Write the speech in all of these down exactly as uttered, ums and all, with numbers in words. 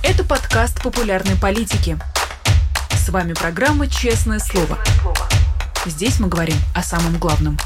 Это подкаст популярной политики. С вами программа «Честное слово». Здесь мы говорим о самом главном.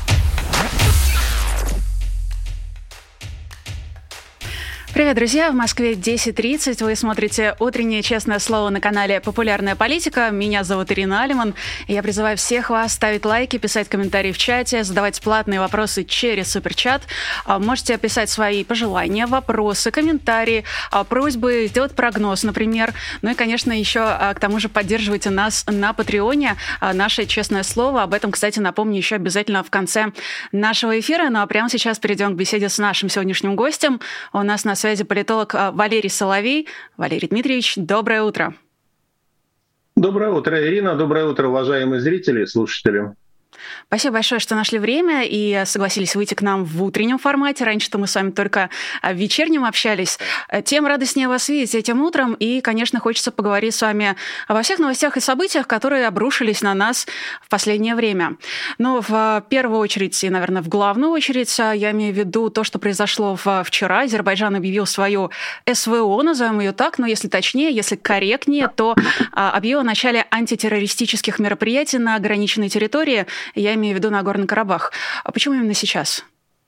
Привет, друзья! В Москве десять тридцать. Вы смотрите «Утреннее честное слово» на канале «Популярная политика». Меня зовут Ирина Алиман. И я призываю всех вас ставить лайки, писать комментарии в чате, задавать платные вопросы через суперчат. Можете писать свои пожелания, вопросы, комментарии, просьбы сделать прогноз, например. Ну и, конечно, еще к тому же поддерживайте нас на Патреоне. Наше честное слово. Об этом, кстати, напомню еще обязательно в конце нашего эфира. Ну а прямо сейчас перейдем к беседе с нашим сегодняшним гостем. У нас на связи политолог Валерий Соловей. Валерий Дмитриевич, доброе утро. Доброе утро, Ирина. Доброе утро, уважаемые зрители и слушатели. Спасибо большое, что нашли время и согласились выйти к нам в утреннем формате. Раньше-то мы с вами только в вечернем общались. Тем радостнее вас видеть этим утром. И, конечно, хочется поговорить с вами обо всех новостях и событиях, которые обрушились на нас в последнее время. Но в первую очередь, и, наверное, в главную очередь, я имею в виду то, что произошло вчера. Азербайджан объявил свою СВО, назовем ее так, но если точнее, если корректнее, то объявил о начале антитеррористических мероприятий на ограниченной территории. Я имею в виду Нагорный Карабах. А почему именно сейчас?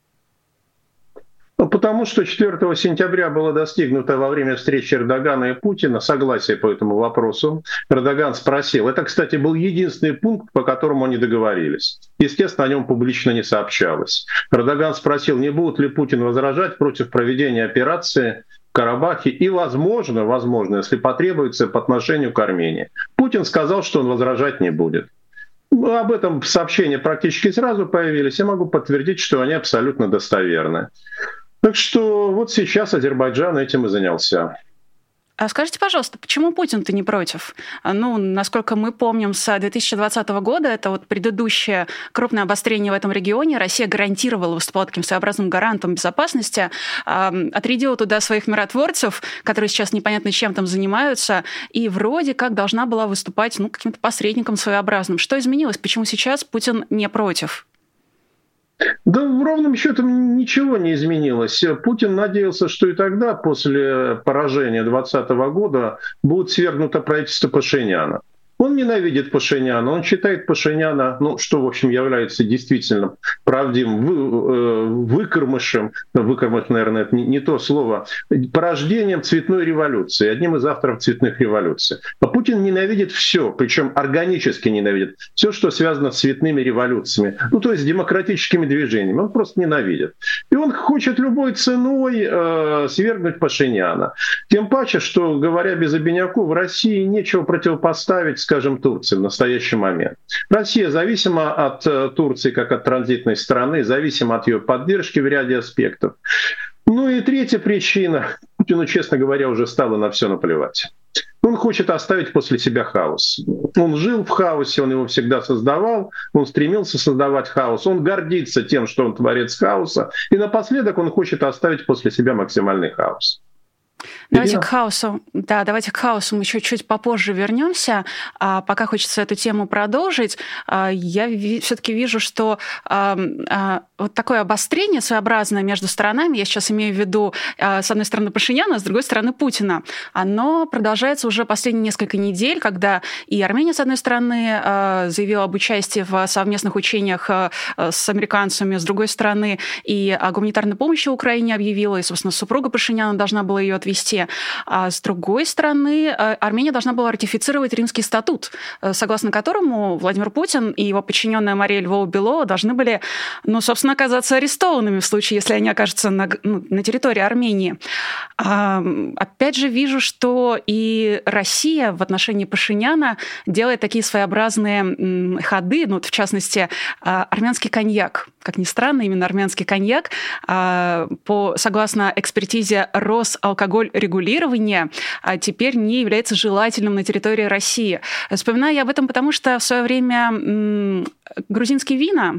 Ну, потому что четвёртого сентября было достигнуто во время встречи Эрдогана и Путина согласие по этому вопросу. Эрдоган спросил. Это, кстати, был единственный пункт, по которому они договорились. Естественно, о нем публично не сообщалось. Эрдоган спросил, не будет ли Путин возражать против проведения операции в Карабахе и, возможно, возможно, если потребуется, по отношению к Армении. Путин сказал, что он возражать не будет. Об этом сообщения практически сразу появились. Я могу подтвердить, что они абсолютно достоверны. Так что вот сейчас Азербайджан этим и занялся. А скажите, пожалуйста, почему Путин-то не против? Ну, насколько мы помним, с две тысячи двадцатого года, это вот предыдущее крупное обострение в этом регионе, Россия гарантировала, выступала таким своеобразным гарантом безопасности, отрядила туда своих миротворцев, которые сейчас непонятно чем там занимаются, и вроде как должна была выступать, ну, каким-то посредником своеобразным. Что изменилось? Почему сейчас Путин не против? Да, ровным счетом ничего не изменилось. Путин надеялся, что и тогда, после поражения двадцатого года, будет свергнуто правительство Пашиняна. Он ненавидит Пашиняна, он считает Пашиняна, ну, что, в общем, является действительно правдивым вы, выкормышем, выкормыш, наверное, это не, не то слово, порождением цветной революции, одним из авторов цветных революций. А Путин ненавидит все, причем органически ненавидит все, что связано с цветными революциями, ну, то есть с демократическими движениями. Он просто ненавидит. И он хочет любой ценой э, свергнуть Пашиняна. Тем паче, что, говоря без обиняков, в России нечего противопоставить, скажем, Турции в настоящий момент. Россия зависима от Турции как от транзитной страны, зависима от ее поддержки в ряде аспектов. Ну и третья причина. Путину, честно говоря, уже стало на все наплевать. Он хочет оставить после себя хаос. Он жил в хаосе, он его всегда создавал, он стремился создавать хаос, он гордится тем, что он творец хаоса, и напоследок он хочет оставить после себя максимальный хаос. Давайте к хаосу, да, давайте к хаосу мы еще чуть попозже вернемся. А пока хочется эту тему продолжить. Я ви- все-таки вижу, что а, а, вот такое обострение своеобразное между сторонами, я сейчас имею в виду, а, с одной стороны Пашиняна, с другой стороны Путина, оно продолжается уже последние несколько недель, когда и Армения, с одной стороны, а, заявила об участии в совместных учениях а, с американцами, с другой стороны, и о гуманитарной помощи Украине объявила, и, собственно, супруга Пашиняна должна была ее отвести. А с другой стороны, Армения должна была ратифицировать Римский статут, согласно которому Владимир Путин и его подчиненная Мария Львова-Белова должны были, ну, собственно, оказаться арестованными в случае, если они окажутся на, ну, на территории Армении. А, опять же, вижу, что и Россия в отношении Пашиняна делает такие своеобразные м, ходы, ну, вот в частности, армянский коньяк. Как ни странно, именно армянский коньяк, а, по, согласно экспертизе Росалкогольрегулирования, а теперь не является желательным на территории России. Вспоминаю я об этом, потому что в свое время м, грузинские вина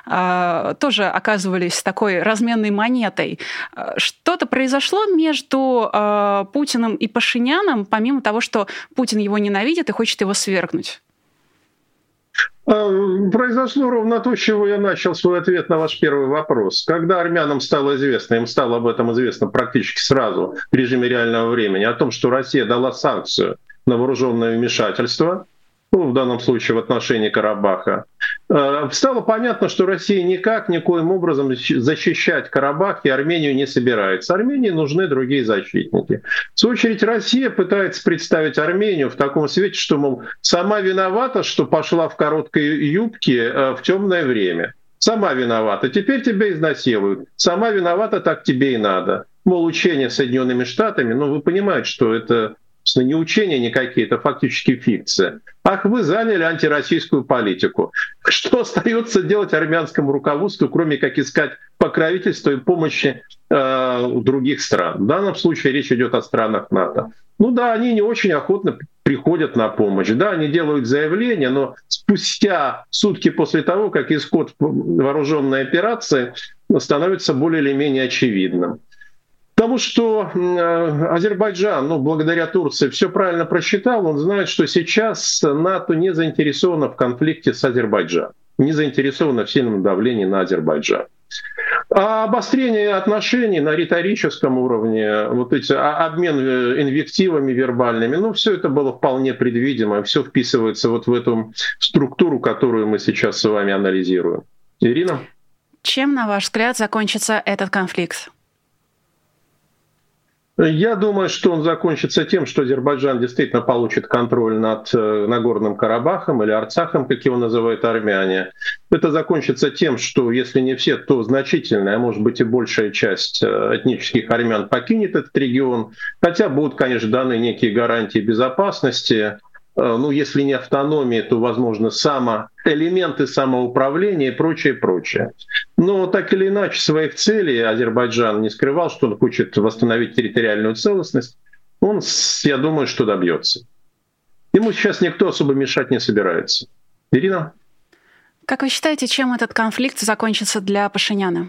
а, тоже оказывались такой разменной монетой. Что-то произошло между а, Путиным и Пашиняном, помимо того, что Путин его ненавидит и хочет его свергнуть? Произошло ровно то, с чего я начал свой ответ на ваш первый вопрос. Когда армянам стало известно, им стало об этом известно практически сразу в режиме реального времени, о том, что Россия дала санкцию на вооруженное вмешательство, ну, в данном случае в отношении Карабаха, стало понятно, что Россия никак, никоим образом защищать Карабах и Армению не собирается. Армении нужны другие защитники. В свою очередь, Россия пытается представить Армению в таком свете, что, мол, сама виновата, что пошла в короткой юбке в темное время. Сама виновата. Теперь тебя изнасилуют. Сама виновата, так тебе и надо. Мол, учения с Соединенными Штатами, ну, вы понимаете, что это не учения никакие, это фактически фикция. Ах, вы заняли антироссийскую политику. Что остается делать армянскому руководству, кроме как искать покровительство и помощи э, у других стран? В данном случае речь идет о странах НАТО. Ну да, они не очень охотно приходят на помощь. Да, они делают заявления, но спустя сутки после того, как исход вооруженной операции становится более или менее очевидным. Потому что Азербайджан, ну, благодаря Турции, все правильно просчитал. Он знает, что сейчас НАТО не заинтересовано в конфликте с Азербайджаном, не заинтересовано в сильном давлении на Азербайджан. А обострение отношений на риторическом уровне, вот эти, обмен инвективами вербальными, ну, все это было вполне предвидимо, все вписывается вот в эту структуру, которую мы сейчас с вами анализируем. Ирина? Чем, на ваш взгляд, закончится этот конфликт? Я думаю, что он закончится тем, что Азербайджан действительно получит контроль над Нагорным Карабахом или Арцахом, как его называют армяне. Это закончится тем, что если не все, то значительная, а может быть и большая часть этнических армян покинет этот регион. Хотя будут, конечно, даны некие гарантии безопасности. Ну, если не автономии, то, возможно, само, элементы самоуправления и прочее, прочее. Но так или иначе, своих целей Азербайджан не скрывал, что он хочет восстановить территориальную целостность. Он, я думаю, что добьется. Ему сейчас никто особо мешать не собирается. Ирина? Как вы считаете, чем этот конфликт закончится для Пашиняна?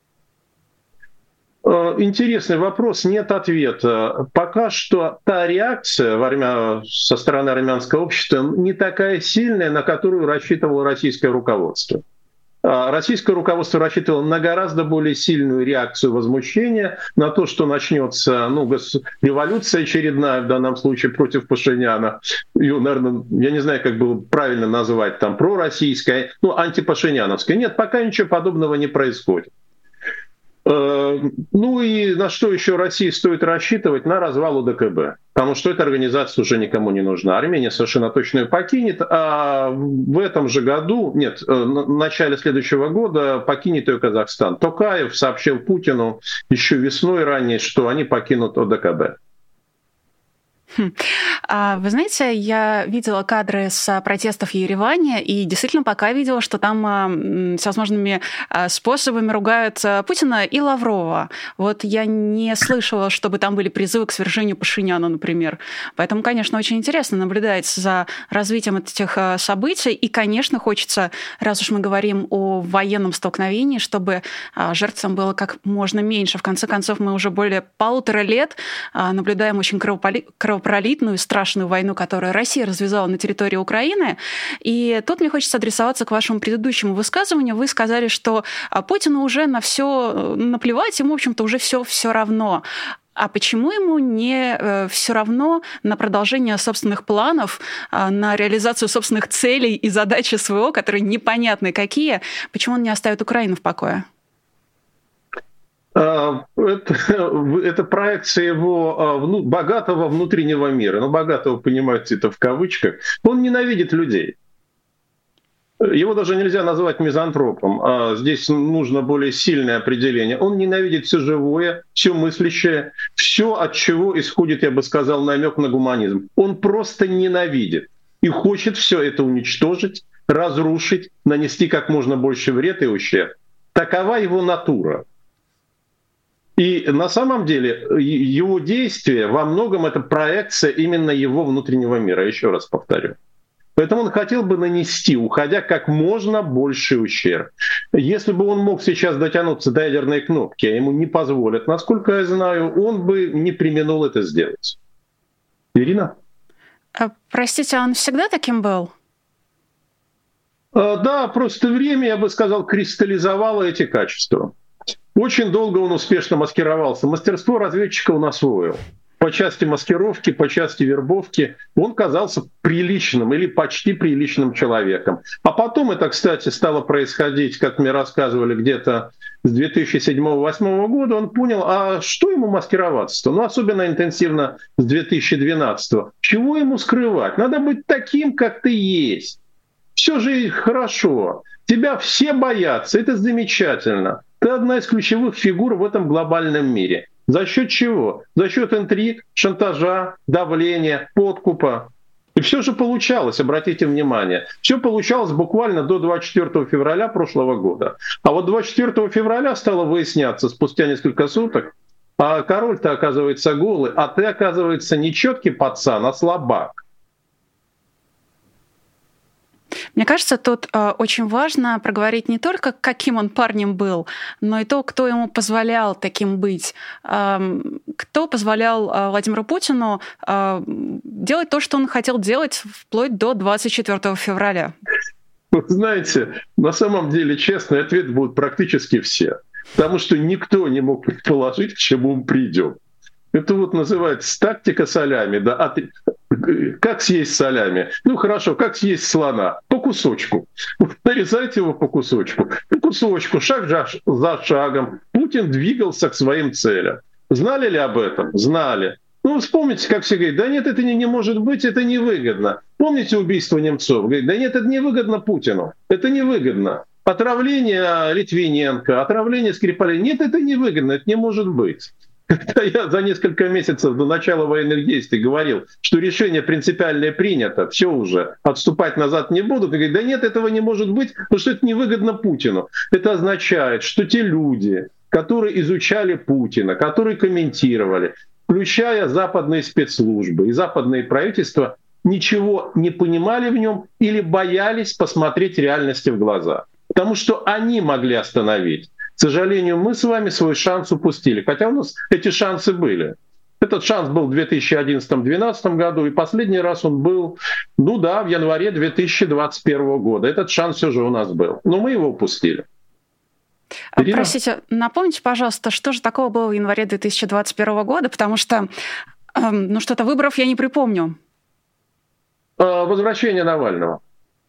Интересный вопрос, нет ответа. Пока что та реакция в армя... со стороны армянского общества не такая сильная, на которую рассчитывало российское руководство. Российское руководство рассчитывало на гораздо более сильную реакцию возмущения, на то, что начнется ну, революция очередная, в данном случае против Пашиняна. Ее, наверное, я не знаю, как было правильно назвать, там, пророссийская, ну, антипашиняновская. Нет, пока ничего подобного не происходит. Ну и на что еще России стоит рассчитывать? На развал ОДКБ. Потому что эта организация уже никому не нужна. Армения совершенно точно ее покинет. А в этом же году, нет, в начале следующего года покинет ее Казахстан. Токаев сообщил Путину еще весной ранее, что они покинут ОДКБ. Вы знаете, я видела кадры с протестов в Ереване, и действительно пока видела, что там всевозможными способами ругают Путина и Лаврова. Вот я не слышала, чтобы там были призывы к свержению Пашиняна, например. Поэтому, конечно, очень интересно наблюдать за развитием этих событий. И, конечно, хочется, раз уж мы говорим о военном столкновении, чтобы жертв там было как можно меньше. В конце концов, мы уже более полутора лет наблюдаем очень кровопролитную пролитную страшную войну, которую Россия развязала на территории Украины. И тут мне хочется адресоваться к вашему предыдущему высказыванию. Вы сказали, что Путину уже на все наплевать, ему, в общем-то, уже все все равно. А почему ему не э, все равно на продолжение собственных планов, э, на реализацию собственных целей и задач СВО, которые непонятны какие? Почему он не оставит Украину в покое? Это, это проекция его ну, богатого внутреннего мира. Ну, богатого, понимаете, это в кавычках. Он ненавидит людей. Его даже нельзя назвать мизантропом. А здесь нужно более сильное определение. Он ненавидит все живое, все мыслящее, все, от чего исходит, я бы сказал, намек на гуманизм. Он просто ненавидит и хочет все это уничтожить, разрушить, нанести как можно больше вред и ущерб. Такова его натура. И на самом деле его действия во многом это проекция именно его внутреннего мира, еще раз повторю. Поэтому он хотел бы нанести, уходя как можно больше ущерб. Если бы он мог сейчас дотянуться до ядерной кнопки, а ему не позволят, насколько я знаю, он бы не преминул это сделать. Ирина? А, простите, он всегда таким был? Да, просто время, я бы сказал, кристаллизовало эти качества. Очень долго он успешно маскировался. Мастерство разведчика он освоил. По части маскировки, по части вербовки он казался приличным или почти приличным человеком. А потом это, кстати, стало происходить, как мне рассказывали, где-то с две тысячи седьмого — две тысячи восьмого года. Он понял, а что ему маскироваться-то? Ну, особенно интенсивно с две тысячи двенадцатого. Чего ему скрывать? Надо быть таким, как ты есть. Все же хорошо. Тебя все боятся, это замечательно. Ты одна из ключевых фигур в этом глобальном мире. За счет чего? За счет интриг, шантажа, давления, подкупа. И все же получалось, обратите внимание. Все получалось буквально до двадцать четвёртого февраля прошлого года. А вот двадцать четвёртого февраля стало выясняться спустя несколько суток, а король-то оказывается голый, а ты, оказывается, не четкий пацан, а слабак. Мне кажется, тут э, очень важно проговорить не только, каким он парнем был, но и то, кто ему позволял таким быть. Э, кто позволял э, Владимиру Путину э, делать то, что он хотел делать вплоть до двадцать четвёртого февраля. Вы знаете, на самом деле честный ответ будут практически все. Потому что никто не мог предположить, к чему он придет. Это вот называется тактика солями. Да? А ты... Как съесть солями? Ну хорошо, как съесть слона? По кусочку. Нарезайте его по кусочку. По кусочку, шаг за шагом. Путин двигался к своим целям. Знали ли об этом? Знали. Ну, вспомните, как все говорят, да нет, это не, не может быть, это невыгодно. Помните убийство Немцова? Говорит, да нет, это невыгодно Путину. Это невыгодно. Отравление Литвиненко, отравление Скрипаля. Нет, это невыгодно, это не может быть. Когда я за несколько месяцев до начала военных действий говорил, что решение принципиальное принято, все уже, отступать назад не будут, и говорит, да нет, этого не может быть, потому что это невыгодно Путину. Это означает, что те люди, которые изучали Путина, которые комментировали, включая западные спецслужбы и западные правительства, ничего не понимали в нем или боялись посмотреть реальности в глаза. Потому что они могли остановить. К сожалению, мы с вами свой шанс упустили, хотя у нас эти шансы были. Этот шанс был в две тысячи одиннадцатом — две тысячи двенадцатом году, и последний раз он был, ну да, в январе две тысячи двадцать первого года. Этот шанс все же у нас был, но мы его упустили. Ирина? Простите, напомните, пожалуйста, что же такого было в январе две тысячи двадцать первого года, потому что, э, ну что-то выборов я не припомню. Возвращение Навального.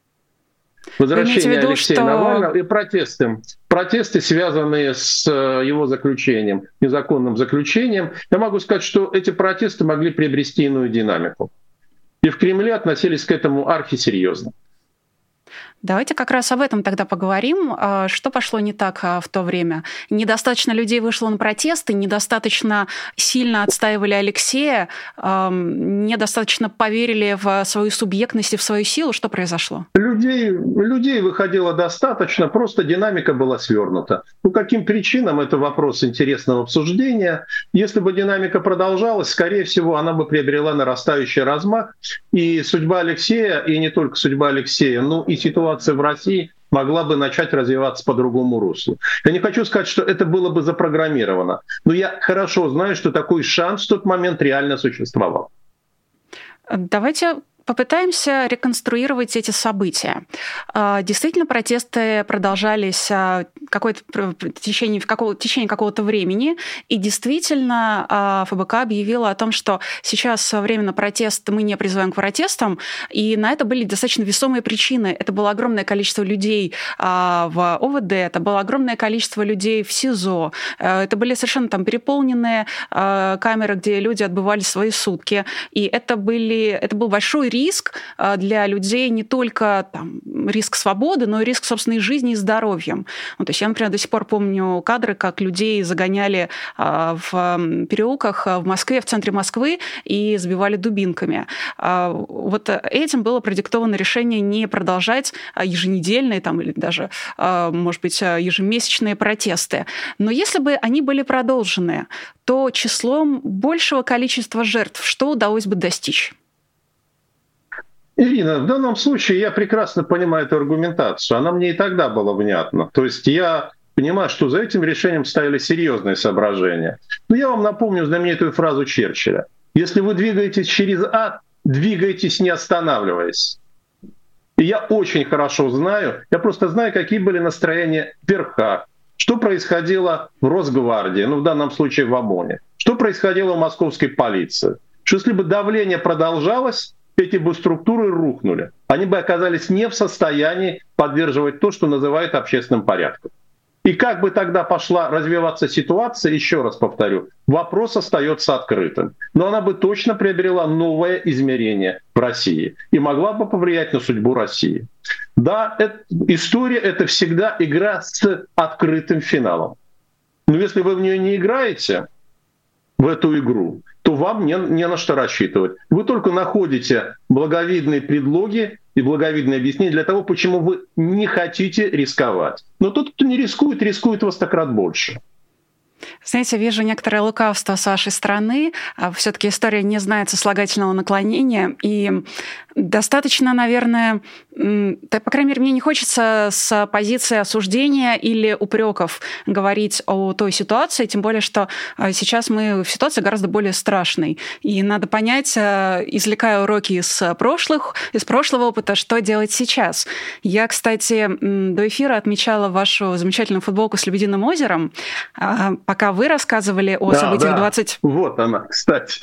Возвращение виду, Алексея что... Навального и протесты. Протесты, связанные с его заключением, незаконным заключением. Я могу сказать, что эти протесты могли приобрести иную динамику. И в Кремле относились к этому архисерьезно. Давайте как раз об этом тогда поговорим. Что пошло не так в то время? Недостаточно людей вышло на протесты, недостаточно сильно отстаивали Алексея, недостаточно поверили в свою субъектность и в свою силу. Что произошло? Людей, людей выходило достаточно, просто динамика была свернута. По каким причинам — это вопрос интересного обсуждения. Если бы динамика продолжалась, скорее всего, она бы приобрела нарастающий размах. И судьба Алексея, и не только судьба Алексея, но и ситуация в России могла бы начать развиваться по другому руслу. Я не хочу сказать, что это было бы запрограммировано, но я хорошо знаю, что такой шанс в тот момент реально существовал. Давайте попытаемся реконструировать эти события. Действительно, протесты продолжались какое-то, в течение, в какого, в течение какого-то времени, и действительно ФБК объявила о том, что сейчас временно протест, мы не призываем к протестам, и на это были достаточно весомые причины. Это было огромное количество людей в ОВД, это было огромное количество людей в СИЗО, это были совершенно там переполненные камеры, где люди отбывали свои сутки, и это, были, это был большой риск, риск для людей, не только там, риск свободы, но и риск собственной жизни и здоровья. Ну, то есть я, например, до сих пор помню кадры, как людей загоняли в переулках в Москве, в центре Москвы, и сбивали дубинками. Вот этим было продиктовано решение не продолжать еженедельные там, или даже, может быть, ежемесячные протесты. Но если бы они были продолжены, то числом большего количества жертв что удалось бы достичь? Ирина, в данном случае я прекрасно понимаю эту аргументацию. Она мне и тогда была внятна. То есть я понимаю, что за этим решением стояли серьезные соображения. Но я вам напомню знаменитую фразу Черчилля. Если вы двигаетесь через ад, двигайтесь не останавливаясь. И я очень хорошо знаю, я просто знаю, какие были настроения в верхах, что происходило в Росгвардии, ну в данном случае в ОМОНе, что происходило в московской полиции. Что если бы давление продолжалось, эти бы структуры рухнули. Они бы оказались не в состоянии поддерживать то, что называют общественным порядком. И как бы тогда пошла развиваться ситуация, еще раз повторю, вопрос остается открытым. Но она бы точно приобрела новое измерение в России и могла бы повлиять на судьбу России. Да, это, история — это всегда игра с открытым финалом. Но если вы в нее не играете, в эту игру, то вам не, не на что рассчитывать. Вы только находите благовидные предлоги и благовидные объяснения для того, почему вы не хотите рисковать. Но тот, кто не рискует, рискует во сто крат больше. Знаете, вижу некоторое лукавство с вашей стороны. Все-таки история не знает сослагательного наклонения. И достаточно, наверное, да, по крайней мере, мне не хочется с позиции осуждения или упреков говорить о той ситуации, тем более, что сейчас мы в ситуации гораздо более страшной. И надо понять, извлекая уроки из прошлых, из прошлого опыта, что делать сейчас. Я, кстати, до эфира отмечала вашу замечательную футболку с «Лебединым озером», пока вы рассказывали о да, событиях да. двадцать... Вот она, кстати.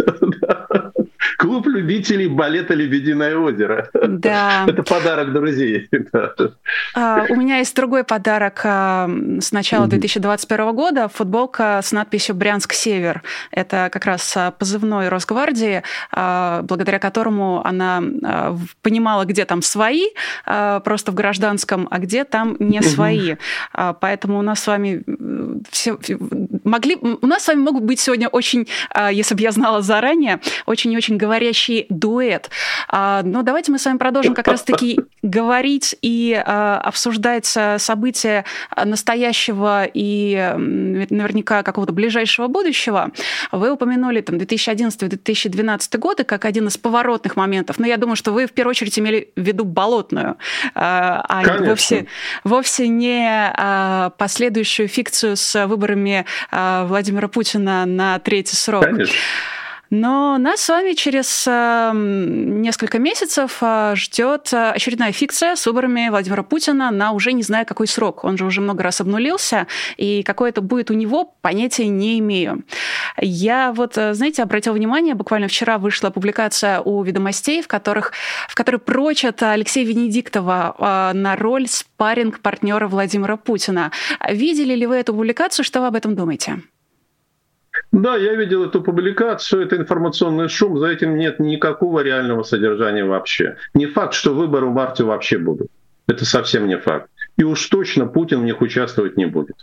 Клуб любителей балета «Лебединое озеро». Да. Это подарок друзей. А, у меня есть другой подарок а, с начала две тысячи двадцать первого года. Футболка с надписью «Брянск-Север». Это как раз позывной Росгвардии, а, благодаря которому она а, понимала, где там свои, а, просто в гражданском, а где там не свои. А, поэтому у нас с вами все... Могли... У нас с вами могут быть сегодня очень, а, если бы я знала заранее, очень и очень говорящий дуэт. А, но давайте мы с вами продолжим как раз-таки говорить и а, обсуждать события настоящего и наверняка какого-то ближайшего будущего. Вы упомянули там две тысячи одиннадцатый - две тысячи двенадцатый годы как один из поворотных моментов. Но я думаю, что вы в первую очередь имели в виду Болотную, а вовсе, вовсе не а, последующую фикцию с выборами а, Владимира Путина на третий срок. Конечно. Но нас с вами через э, несколько месяцев э, ждет очередная фикция с выборами Владимира Путина на уже не знаю какой срок. Он же уже много раз обнулился, и какой это будет у него, понятия не имею. Я вот, знаете, обратила внимание, буквально вчера вышла публикация у «Ведомостей», в, которых, в которой прочат Алексея Венедиктова э, на роль спарринг-партнера Владимира Путина. Видели ли вы эту публикацию? Что вы об этом думаете? Да, я видел эту публикацию, это информационный шум, за этим нет никакого реального содержания вообще. Не факт, что выборы в марте вообще будут. Это совсем не факт. И уж точно Путин в них участвовать не будет.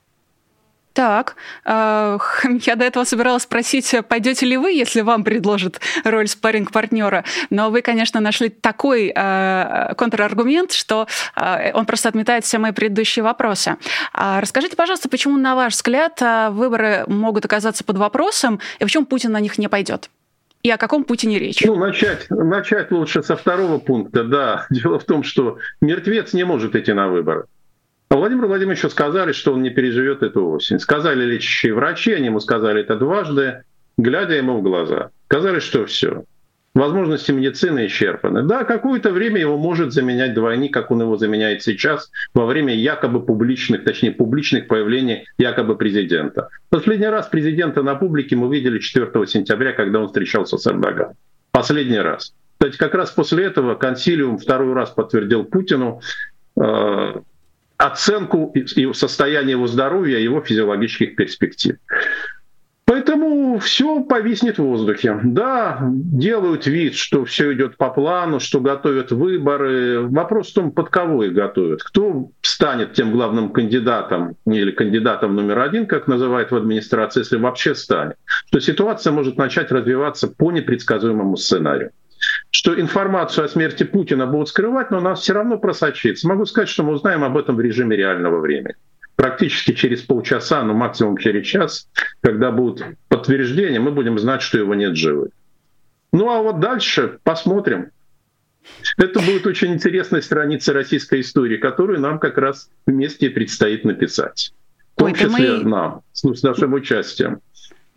Так, я до этого собиралась спросить, пойдете ли вы, если вам предложат роль спарринг-партнера, но вы, конечно, нашли такой контраргумент, что он просто отметает все мои предыдущие вопросы. Расскажите, пожалуйста, почему, на ваш взгляд, выборы могут оказаться под вопросом, и почему Путин на них не пойдет? И о каком Путине речь? Ну, начать, начать лучше со второго пункта, да. Дело в том, что мертвец не может идти на выборы. А Владимиру Владимировичу сказали, что он не переживет эту осень. Сказали лечащие врачи, они ему сказали это дважды, глядя ему в глаза. Сказали, что все. Возможности медицины исчерпаны. Да, какое-то время его может заменять двойник, как он его заменяет сейчас, во время якобы публичных, точнее публичных появлений якобы президента. Последний раз президента на публике мы видели четвёртого сентября, когда он встречался с Эрдоганом. Последний раз. Кстати, как раз после этого консилиум второй раз подтвердил Путину э, оценку и состояния его здоровья, его физиологических перспектив. Поэтому все повиснет в воздухе. Да, делают вид, что все идет по плану, что готовят выборы. Вопрос в том, под кого их готовят. Кто станет тем главным кандидатом или кандидатом номер один, как называют в администрации, если вообще станет. Что ситуация может начать развиваться по непредсказуемому сценарию. Что информацию о смерти Путина будут скрывать, но она все равно просочится. Могу сказать, что мы узнаем об этом в режиме реального времени. Практически через полчаса, ну максимум через час, когда будут подтверждения, мы будем знать, что его нет живых. Ну а вот дальше посмотрим. Это будет очень интересная страница российской истории, которую нам как раз вместе предстоит написать. В том Ой, числе мы... нам, с нашим участием.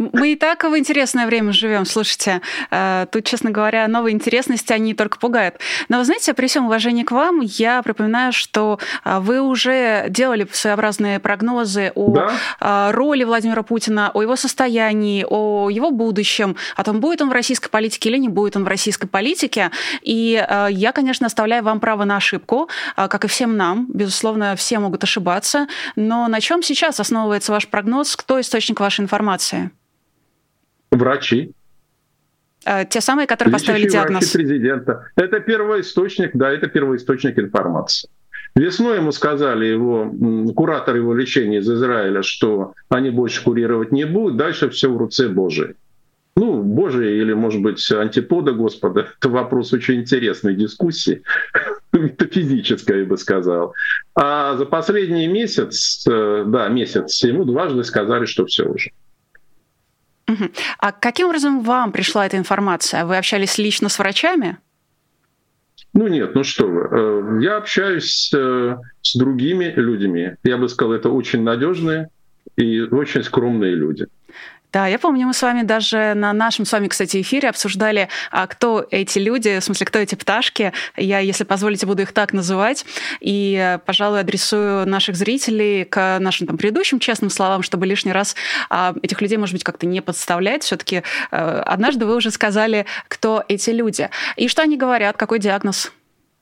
Мы и так в интересное время живем, слушайте. Тут, честно говоря, новые интересности, они только пугают. Но вы знаете, при всем уважении к вам, я припоминаю, что вы уже делали своеобразные прогнозы о да. роли Владимира Путина, о его состоянии, о его будущем, о том, будет он в российской политике или не будет он в российской политике. И я, конечно, оставляю вам право на ошибку, как и всем нам. Безусловно, все могут ошибаться. Но на чем сейчас основывается ваш прогноз? Кто источник вашей информации? Врачи. Те самые, которые поставили диагноз. Врачи президента. Это первоисточник, да, это первоисточник информации. Весной ему сказали, его, куратор его лечения из Израиля, что они больше курировать не будут, дальше все в руце Божией. Ну, Божие или, может быть, антипода Господа, это вопрос очень интересной дискуссии, метафизической, я бы сказал. А за последний месяц, да, месяц, ему дважды сказали, что все уже. А каким образом вам пришла эта информация? Вы общались лично с врачами? Ну нет, ну что вы. Я общаюсь с другими людьми. Я бы сказал, это очень надежные и очень скромные люди. Да, я помню, мы с вами даже на нашем с вами, кстати, эфире обсуждали, кто эти люди, в смысле, кто эти пташки. Я, если позволите, буду их так называть. И, пожалуй, адресую наших зрителей к нашим там предыдущим честным словам, чтобы лишний раз этих людей, может быть, как-то не подставлять. Все-таки однажды вы уже сказали, кто эти люди. И что они говорят, какой диагноз?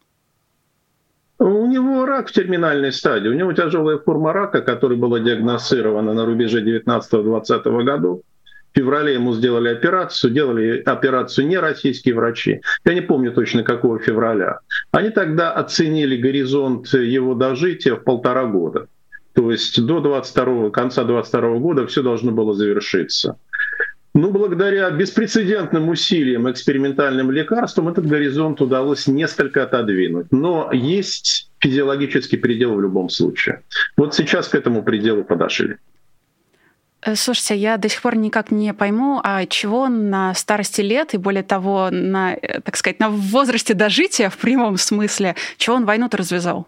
У него рак в терминальной стадии. У него тяжелая форма рака, которая была диагностирована на рубеже девятнадцатого-двадцатого годов. В феврале ему сделали операцию. Делали операцию не российские врачи. Я не помню точно, какого февраля. Они тогда оценили горизонт его дожития в полтора года. То есть до двадцать второго, конца двадцать второго года все должно было завершиться. Ну, благодаря беспрецедентным усилиям, экспериментальным лекарствам этот горизонт удалось несколько отодвинуть. Но есть физиологический предел в любом случае. Вот сейчас к этому пределу подошли. Слушайте, я до сих пор никак не пойму, а чего на старости лет и, более того, на, так сказать, на возрасте дожития, в прямом смысле, чего он войну-то развязал?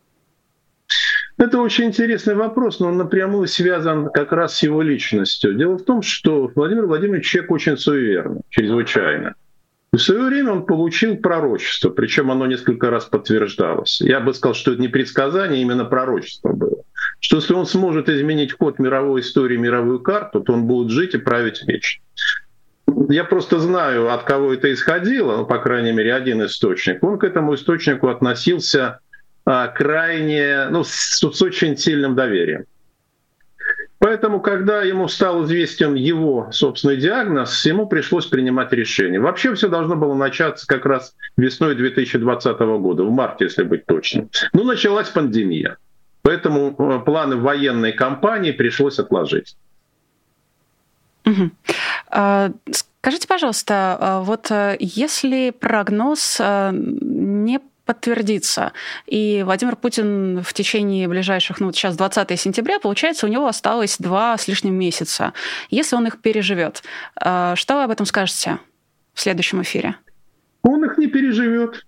Это очень интересный вопрос, но он напрямую связан как раз с его личностью. Дело в том, что Владимир Владимирович человек очень суеверный, чрезвычайно. В свое время он получил пророчество, причем оно несколько раз подтверждалось. Я бы сказал, что это не предсказание, именно пророчество было. Что если он сможет изменить ход мировой истории, мировую карту, то он будет жить и править вечно. Я просто знаю, от кого это исходило, ну, по крайней мере, один источник. Он к этому источнику относился крайне, ну, с, с очень сильным доверием. Поэтому, когда ему стал известен его собственный диагноз, ему пришлось принимать решение. Вообще все должно было начаться как раз весной две тысячи двадцатого года, в марте, если быть точным. Но началась пандемия. Поэтому планы военной кампании пришлось отложить. Угу. Скажите, пожалуйста, вот если прогноз не подтвердится, и Владимир Путин в течение ближайших, ну вот сейчас двадцатого сентября, получается, у него осталось два с лишним месяца. Если он их переживет, что вы об этом скажете в следующем эфире? Он их не переживет.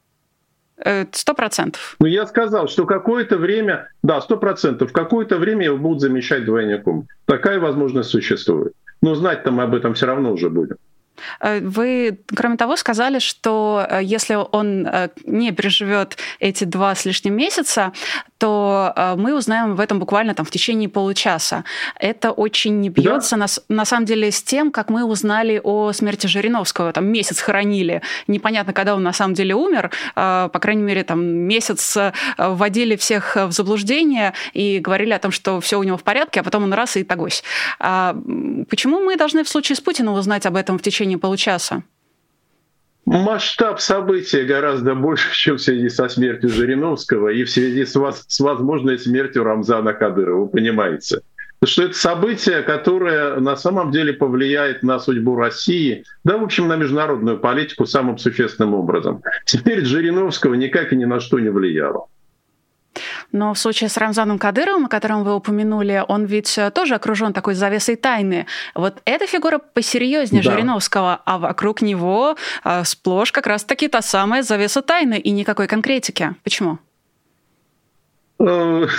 Сто процентов. Ну, я сказал, что какое-то время, да, сто процентов, какое-то время его будут замещать двойником. Такая возможность существует. Но знать-то мы об этом все равно уже будем. Вы, кроме того, сказали, что если он не переживет эти два с лишним месяца, то мы узнаем в этом буквально там в течение получаса. Это очень не бьется, да, на, на самом деле, с тем, как мы узнали о смерти Жириновского. Там месяц хоронили. Непонятно, когда он на самом деле умер. По крайней мере, там месяц вводили всех в заблуждение и говорили о том, что все у него в порядке, а потом он раз и тогось. Почему мы должны в случае с Путиным узнать об этом в течение получаса? Масштаб события гораздо больше, чем в связи со смертью Жириновского и в связи с, вас, с возможной смертью Рамзана Кадырова, вы понимаете. Потому что это событие, которое на самом деле повлияет на судьбу России, да, в общем, на международную политику самым существенным образом. Смерть Жириновского никак и ни на что не влияла. Но в случае с Рамзаном Кадыровым, о котором вы упомянули, он ведь тоже окружен такой завесой тайны. Вот эта фигура посерьезнее, да, Жириновского, а вокруг него сплошь как раз-таки та самая завеса тайны и никакой конкретики. Почему?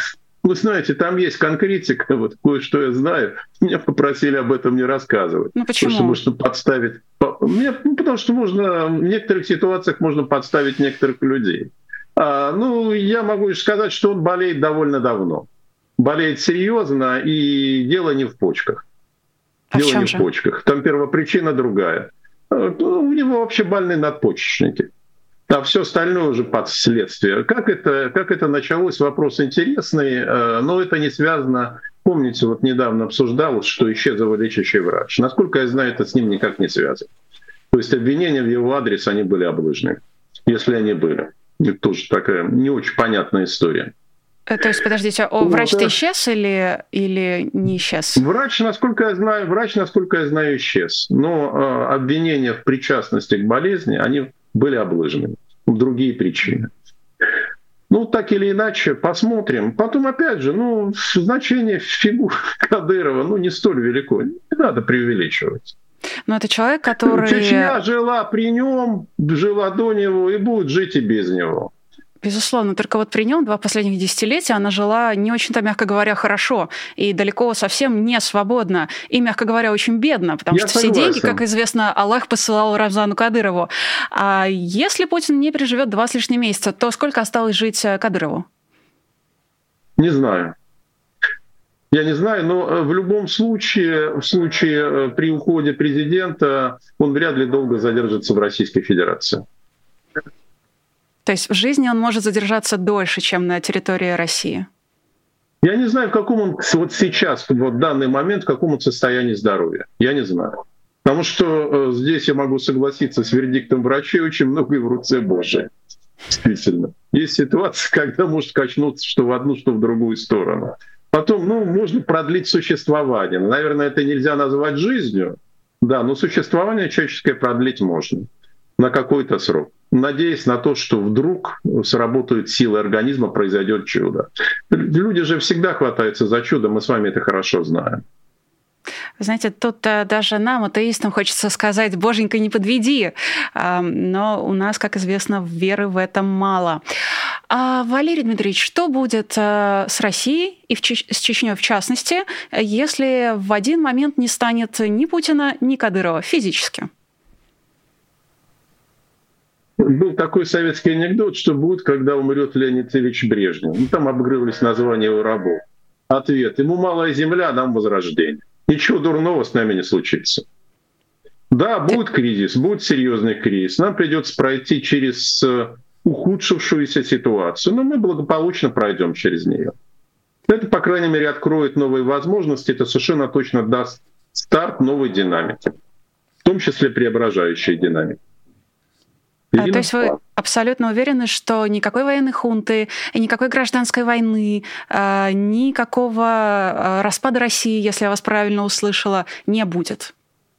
Вы знаете, там есть конкретика, вот кое-что я знаю. Меня попросили об этом не рассказывать. Ну почему? Потому что можно подставить... Мне, ну, потому что можно, в некоторых ситуациях можно подставить некоторых людей. А, ну, я могу лишь сказать, что он болеет довольно давно. Болеет серьезно, и дело не в почках. А дело в чем не же? в почках. Там первопричина другая. У него вообще больные надпочечники. А все остальное уже под следствие. Как это, как это началось, вопрос интересный, но это не связано. Помните, вот недавно обсуждалось, что исчез его лечащий врач. Насколько я знаю, это с ним никак не связано. То есть обвинения в его адрес, они были облыжны, если они были. Это тоже такая не очень понятная история. То есть, подождите, о, врач-то да. исчез или, или не исчез? Врач, насколько я знаю, врач, насколько я знаю, исчез. Но э, обвинения в причастности к болезни, они были облыжены. Другие причины. Ну, так или иначе, посмотрим. Потом, опять же, ну, значение фигуры Кадырова, ну, не столь велико. Не надо преувеличивать. Но это человек, который... Чечня жила при нем, жила до него и будет жить и без него. Безусловно, только вот при нем два последних десятилетия она жила не очень-то, мягко говоря, хорошо и далеко совсем не свободно, и, мягко говоря, очень бедно, потому Я что согласен. Все деньги, как известно, Аллах посылал Рамзану Кадырову. А если Путин не переживет два с лишним месяца, то сколько осталось жить Кадырову? Не знаю. Я не знаю, но в любом случае, в случае при уходе президента он вряд ли долго задержится в Российской Федерации. То есть в жизни он может задержаться дольше, чем на территории России? Я не знаю, в каком он вот сейчас, в данный момент, в каком он состоянии здоровья. Я не знаю. Потому что здесь я могу согласиться с вердиктом врачей, очень многое в руце Божьей. Действительно. Есть ситуация, когда может качнуться что в одну, что в другую сторону. Потом, ну, можно продлить существование. Наверное, это нельзя назвать жизнью, да, но существование человеческое продлить можно на какой-то срок, надеясь на то, что вдруг сработают силы организма, произойдет чудо. Люди же всегда хватаются за чудо, мы с вами это хорошо знаем. Знаете, тут даже нам, атеистам, хочется сказать: «Боженька, не подведи». Но у нас, как известно, веры в этом мало. А, Валерий Дмитриевич, что будет с Россией и с Чечней в частности, если в один момент не станет ни Путина, ни Кадырова физически? Был такой советский анекдот, что будет, когда умрет Леонид Ильич Брежнев. Ну, там обыгрывались названия его рабов. Ответ: ему малая земля, а нам возрождение. Ничего дурного с нами не случится. Да, будет кризис, будет серьезный кризис. Нам придется пройти через ухудшившуюся ситуацию, но мы благополучно пройдем через нее. Это, по крайней мере, откроет новые возможности, это совершенно точно даст старт новой динамике, в том числе преображающей динамики. А, то есть вы абсолютно уверены, что никакой военной хунты, никакой гражданской войны, никакого распада России, если я вас правильно услышала, не будет?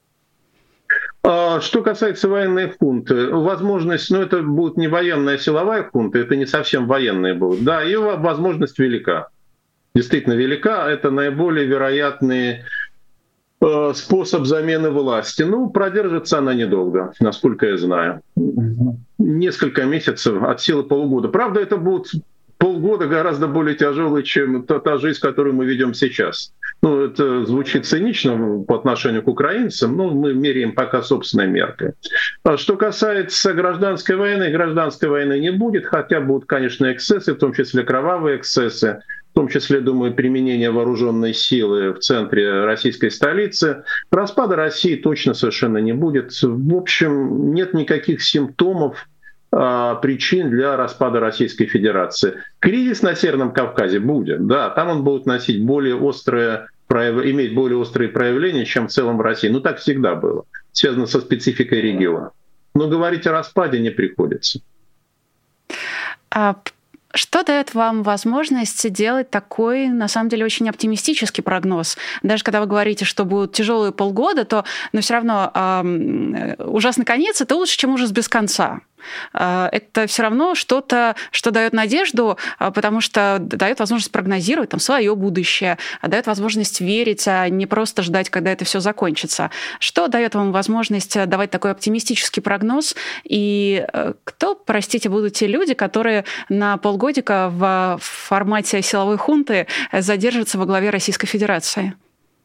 Что касается военной хунты, возможность, ну это будет не военная, а силовая хунта, это не совсем военные будут. Да, ее возможность велика, действительно велика, это наиболее вероятный способ замены власти. Ну, продержится она недолго, насколько я знаю. Несколько месяцев, от силы полугода. Правда, это будут полгода гораздо более тяжелые, чем та, та жизнь, которую мы ведем сейчас. Ну, это звучит цинично по отношению к украинцам, но мы меряем пока собственной меркой. А что касается гражданской войны, гражданской войны не будет, хотя будут, конечно, эксцессы, в том числе кровавые эксцессы, в том числе, думаю, применение вооруженной силы в центре российской столицы. Распада России точно совершенно не будет. В общем, нет никаких симптомов, а, причин для распада Российской Федерации. Кризис на Северном Кавказе будет, да, там он будет носить более острые, иметь более острые проявления, чем в целом в России. Ну, так всегда было, связано со спецификой региона. Но говорить о распаде не приходится. А... Что дает вам возможность делать такой, на самом деле, очень оптимистический прогноз? Даже когда вы говорите, что будут тяжелые полгода, то но все равно э, ужасный конец — это лучше, чем ужас без конца. Это все равно что-то, что дает надежду, потому что дает возможность прогнозировать там свое будущее, дает возможность верить, а не просто ждать, когда это все закончится. Что дает вам возможность давать такой оптимистический прогноз? И кто, простите, будут те люди, которые на полгодика в формате силовой хунты задержатся во главе Российской Федерации?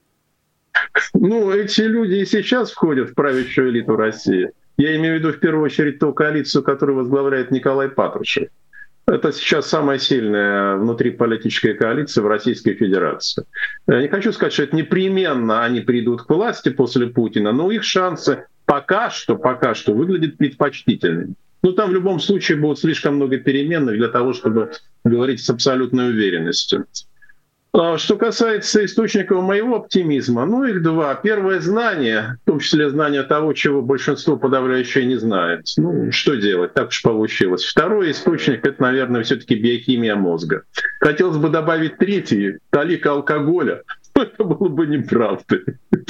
Ну, эти люди и сейчас входят в правящую элиту России. Я имею в виду в первую очередь ту коалицию, которую возглавляет Николай Патрушев. Это сейчас самая сильная внутриполитическая коалиция в Российской Федерации. Я не хочу сказать, что это непременно они придут к власти после Путина, но их шансы пока что, пока что выглядят предпочтительными. Ну, там в любом случае будет слишком много переменных для того, чтобы говорить с абсолютной уверенностью. Что касается источников моего оптимизма, ну, их два. Первое — знание, в том числе знание того, чего большинство подавляющее не знает. Ну, что делать, так уж получилось. Второй источник — это, наверное, все-таки биохимия мозга. Хотелось бы добавить третий — талика алкоголя. Это было бы неправдой.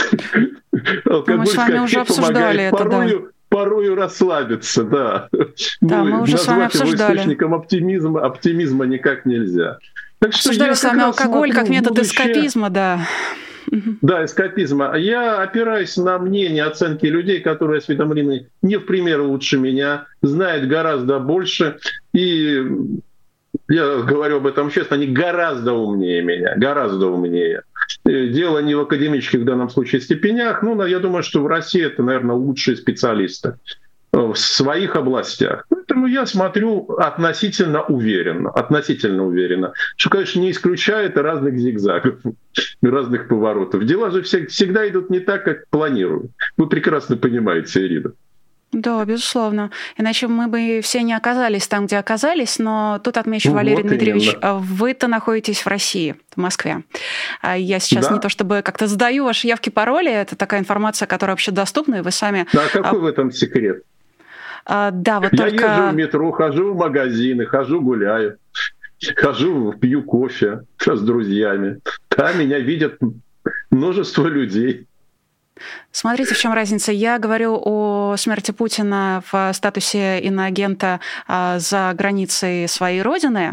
Мы с вами уже обсуждали это, порою, да. Порою расслабиться, да. Да, мы уже с вами обсуждали. Назвать его источником оптимизма, оптимизма никак нельзя. Так что обсуждали с вами алкоголь как метод будущее... эскапизма, да. Да, эскапизма. Я опираюсь на мнение, оценки людей, которые осведомлены не в пример лучше меня, знают гораздо больше. И я говорю об этом честно, они гораздо умнее меня, гораздо умнее. Дело не в академических в данном случае степенях. Ну, я думаю, что в России это, наверное, лучшие специалисты в своих областях. Поэтому я смотрю относительно уверенно, относительно уверенно, что, конечно, не исключает разных зигзагов, разных поворотов. Дела же всегда идут не так, как планируют. Вы прекрасно понимаете, Ирина. Да, безусловно. Иначе мы бы все не оказались там, где оказались. Но тут отмечу, ну, Валерий вот Дмитриевич, именно. Вы-то находитесь в России, в Москве. Я сейчас да. не то чтобы как-то задаю ваши явки, пароли. Это такая информация, которая вообще доступна, и вы сами... Да, а какой в этом секрет? А, да, вот я только... езжу в метро, хожу в магазины, хожу гуляю, хожу, пью кофе с друзьями. Да, меня видят множество людей. Смотрите, в чем разница. Я говорю о смерти Путина в статусе иноагента за границей своей родины,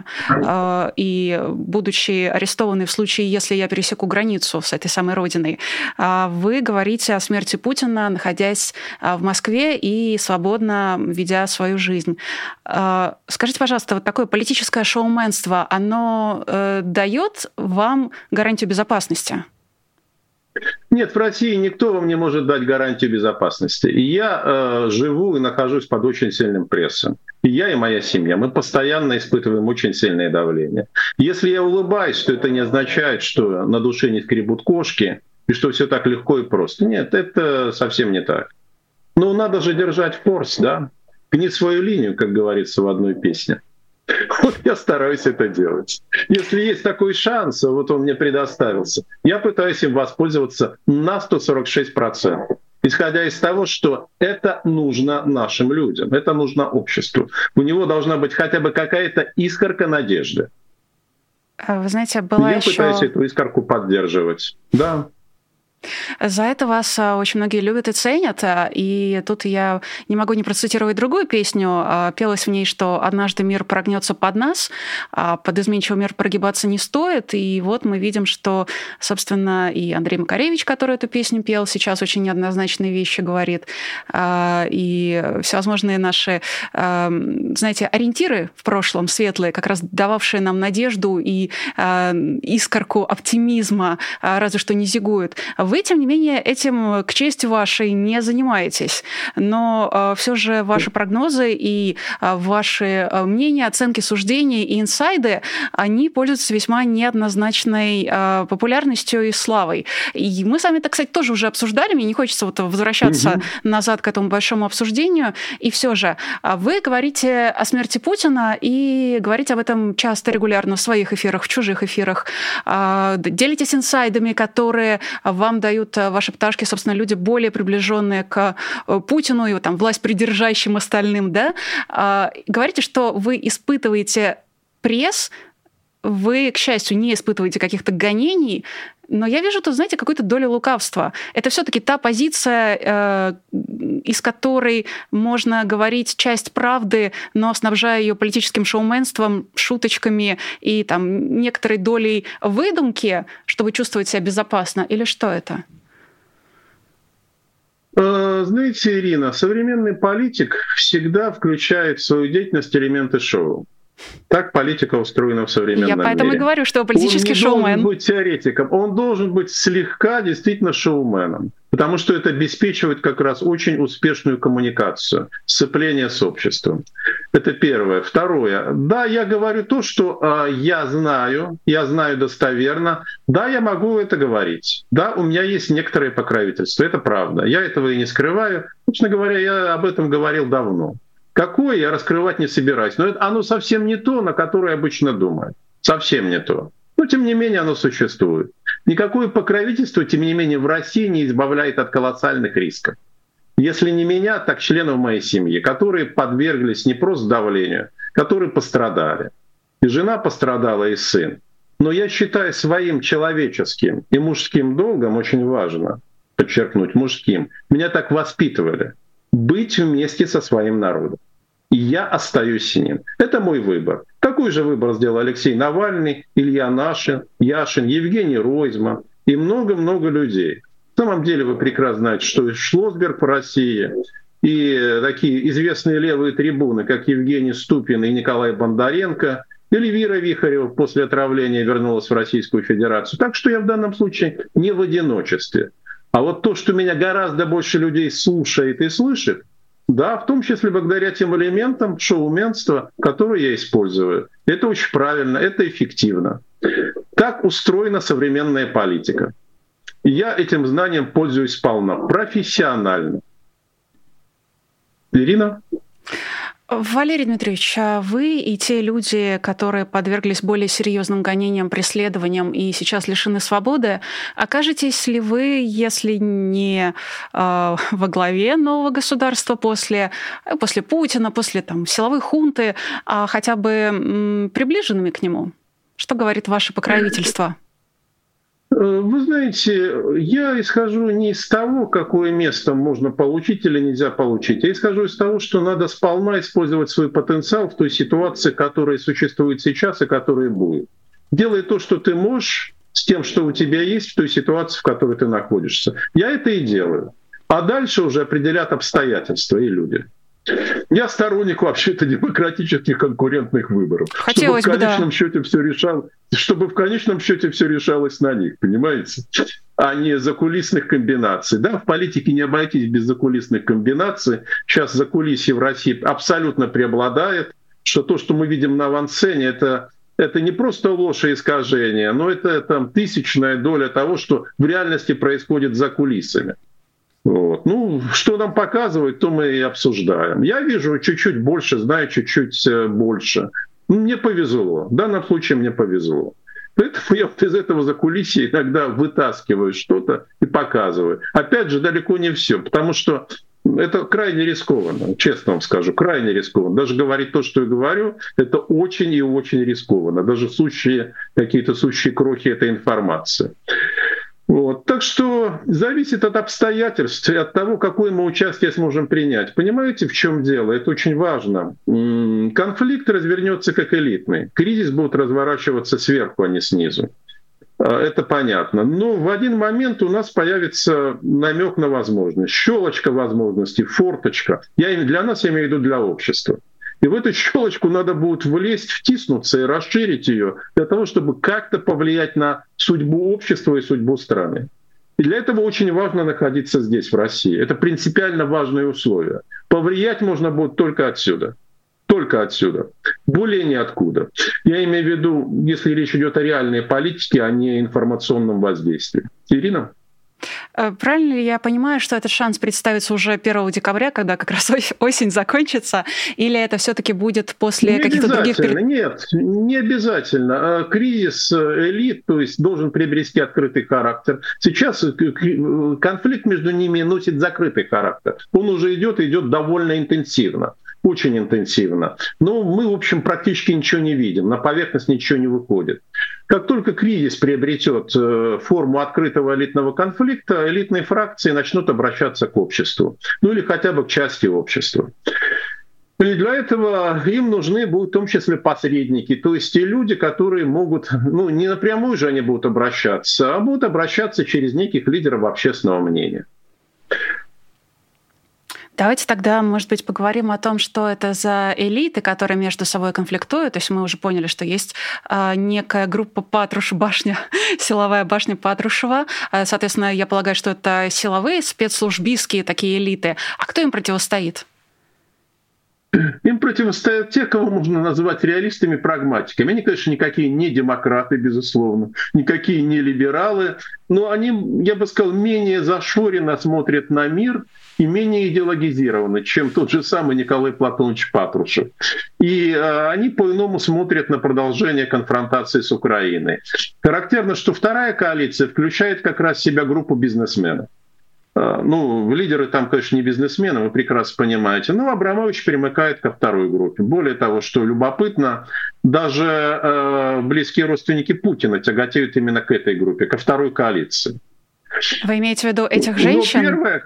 и будучи арестованной в случае, если я пересеку границу с этой самой родиной. Вы говорите о смерти Путина, находясь в Москве и свободно ведя свою жизнь. Скажите, пожалуйста, вот такое политическое шоуменство, оно дает вам гарантию безопасности? Нет, в России никто вам не может дать гарантию безопасности. И я э, живу и нахожусь под очень сильным прессом. И я, и моя семья, мы постоянно испытываем очень сильное давление. Если я улыбаюсь, то это не означает, что на душе не скребут кошки, и что все так легко и просто. Нет, это совсем не так. Но надо же держать форс, да? Гни свою линию, как говорится в одной песне. Вот я стараюсь это делать. Если есть такой шанс, вот он мне предоставился, я пытаюсь им воспользоваться на сто сорок шесть процентов. Исходя из того, что это нужно нашим людям, это нужно обществу. У него должна быть хотя бы какая-то искорка надежды. Вы знаете, была я еще... пытаюсь эту искорку поддерживать. Да. За это вас очень многие любят и ценят. И тут я не могу не процитировать другую песню. Пелось в ней, что «однажды мир прогнется под нас, а под изменчивый мир прогибаться не стоит». И вот мы видим, что, собственно, и Андрей Макаревич, который эту песню пел, сейчас очень неоднозначные вещи говорит. И всевозможные наши, знаете, ориентиры в прошлом, светлые, как раз дававшие нам надежду и искорку оптимизма, разве что не зигуют. Вы, тем не менее, этим, к чести вашей, не занимаетесь. Но э, все же ваши прогнозы и э, ваши мнения, оценки, суждения и инсайды, они пользуются весьма неоднозначной э, популярностью и славой. И мы с вами это, кстати, тоже уже обсуждали. Мне не хочется вот возвращаться mm-hmm. назад к этому большому обсуждению. И все же вы говорите о смерти Путина и говорите об этом часто, регулярно в своих эфирах, в чужих эфирах. Э, делитесь инсайдами, которые вам дают ваши пташки, собственно, люди более приближенные к Путину и там, власть придержащим остальным, да, говорите, что вы испытываете пресс вы, к счастью, не испытываете каких-то гонений, но я вижу тут, знаете, какую-то долю лукавства. Это все-таки та позиция, э, из которой можно говорить часть правды, но снабжая ее политическим шоуменством, шуточками и там некоторой долей выдумки, чтобы чувствовать себя безопасно, или что это? Знаете, Ирина, современный политик всегда включает в свою деятельность элементы шоу. Так политика устроена в современном мире. Я поэтому мире. и говорю, что политический он не шоумен. Он должен быть теоретиком, он должен быть слегка действительно шоуменом, потому что это обеспечивает как раз очень успешную коммуникацию, сцепление с обществом. Это первое. Второе. Да, я говорю то, что э, я знаю, я знаю достоверно. Да, я могу это говорить. Да, у меня есть некоторое покровительство, это правда. Я этого и не скрываю. Собственно говоря, я об этом говорил давно. Какое, я раскрывать не собираюсь. Но это, оно совсем не то, на которое обычно думают. Совсем не то. Но, тем не менее, оно существует. Никакое покровительство, тем не менее, в России не избавляет от колоссальных рисков. Если не меня, так членов моей семьи, которые подверглись не просто давлению, которые пострадали. И жена пострадала, и сын. Но я считаю своим человеческим и мужским долгом, очень важно подчеркнуть, мужским, меня так воспитывали, быть вместе со своим народом. И я остаюсь с ним. Это мой выбор. Такой же выбор сделал Алексей Навальный, Илья Нашин, Яшин, Евгений Ройзман и много-много людей. На самом деле вы прекрасно знаете, что и Шлосберг по России, и такие известные левые трибуны, как Евгений Ступин и Николай Бондаренко, Эльвира Вихарева после отравления вернулась в Российскую Федерацию. Так что я в данном случае не в одиночестве. А вот то, что меня гораздо больше людей слушает и слышит, да, в том числе благодаря тем элементам шоуменства, которые я использую. Это очень правильно, это эффективно. Так устроена современная политика. И я этим знанием пользуюсь сполна, профессионально. Ирина? Валерий Дмитриевич, а вы и те люди, которые подверглись более серьезным гонениям, преследованиям и сейчас лишены свободы, окажетесь ли вы, если не э, во главе нового государства после, после Путина, после там, силовой хунты, а хотя бы м, приближенными к нему? Что говорит ваше покровительство? Вы знаете, я исхожу не из того, какое место можно получить или нельзя получить. Я исхожу из того, что надо сполна использовать свой потенциал в той ситуации, которая существует сейчас и которая будет. Делай то, что ты можешь, с тем, что у тебя есть в той ситуации, в которой ты находишься. Я это и делаю. А дальше уже определят обстоятельства и люди. Я сторонник вообще-то демократических конкурентных выборов. Хотелось чтобы в бы, конечном да. счете все решал, чтобы в конечном счете все решалось на них, понимаете? А не закулисных комбинаций. Да, в политике не обойтись без закулисных комбинаций. Сейчас закулисье в России абсолютно преобладает, что то, что мы видим на авансцене, это это не просто ложь и искажение, но это там тысячная доля того, что в реальности происходит за кулисами. Вот. Ну, что нам показывают, то мы и обсуждаем. Я вижу чуть-чуть больше, знаю чуть-чуть больше. Мне повезло. В данном случае мне повезло. Поэтому я вот из этого закулисья иногда вытаскиваю что-то и показываю. Опять же, далеко не все, потому что это крайне рискованно, честно вам скажу, крайне рискованно. Даже говорить то, что я говорю, это очень и очень рискованно. Даже в случае, какие-то сущие крохи этой информации. Вот. Так что зависит от обстоятельств и от того, какое мы участие сможем принять. Понимаете, в чем дело? Это очень важно. Конфликт развернется как элитный. Кризис будет разворачиваться сверху, а не снизу. Это понятно. Но в один момент у нас появится намек на возможность, щелочка возможностей, форточка. Я, для нас я имею в виду для общества. И в эту щелочку надо будет влезть, втиснуться и расширить ее для того, чтобы как-то повлиять на судьбу общества и судьбу страны. И для этого очень важно находиться здесь, в России. Это принципиально важные условия. Повлиять можно будет только отсюда. Только отсюда. Более ниоткуда. Я имею в виду, если речь идет о реальной политике, а не информационном воздействии. Ирина? Правильно ли я понимаю, что этот шанс представится уже первого декабря, когда как раз осень закончится, или это все-таки будет после не каких-то других... Нет, не обязательно. Кризис элит, то есть должен приобрести открытый характер. Сейчас конфликт между ними носит закрытый характер. Он уже идет, идет довольно интенсивно. очень интенсивно. Но мы, в общем, практически ничего не видим, на поверхность ничего не выходит. Как только кризис приобретет форму открытого элитного конфликта, элитные фракции начнут обращаться к обществу, ну или хотя бы к части общества. И для этого им нужны будут в том числе посредники, то есть те люди, которые могут, ну не напрямую же они будут обращаться, а будут обращаться через неких лидеров общественного мнения. Давайте тогда, может быть, поговорим о том, что это за элиты, которые между собой конфликтуют. То есть мы уже поняли, что есть э, некая группа Патрушева, башня, силовая башня Патрушева. Э, соответственно, я полагаю, что это силовые, спецслужбистские такие элиты. А кто им противостоит? Им противостоят те, кого можно назвать реалистами-прагматиками. Они, конечно, никакие не демократы, безусловно, никакие не либералы, но они, я бы сказал, менее зашоренно смотрят на мир и менее идеологизированы, чем тот же самый Николай Платонович Патрушев. И э, они по-иному смотрят на продолжение конфронтации с Украиной. Характерно, что вторая коалиция включает как раз в себя группу бизнесменов. Ну, лидеры там, конечно, не бизнесмены, вы прекрасно понимаете, но Абрамович примыкает ко второй группе. Более того, что любопытно, даже э, близкие родственники Путина тяготеют именно к этой группе, ко второй коалиции. Вы имеете в виду этих женщин? Ну, первое,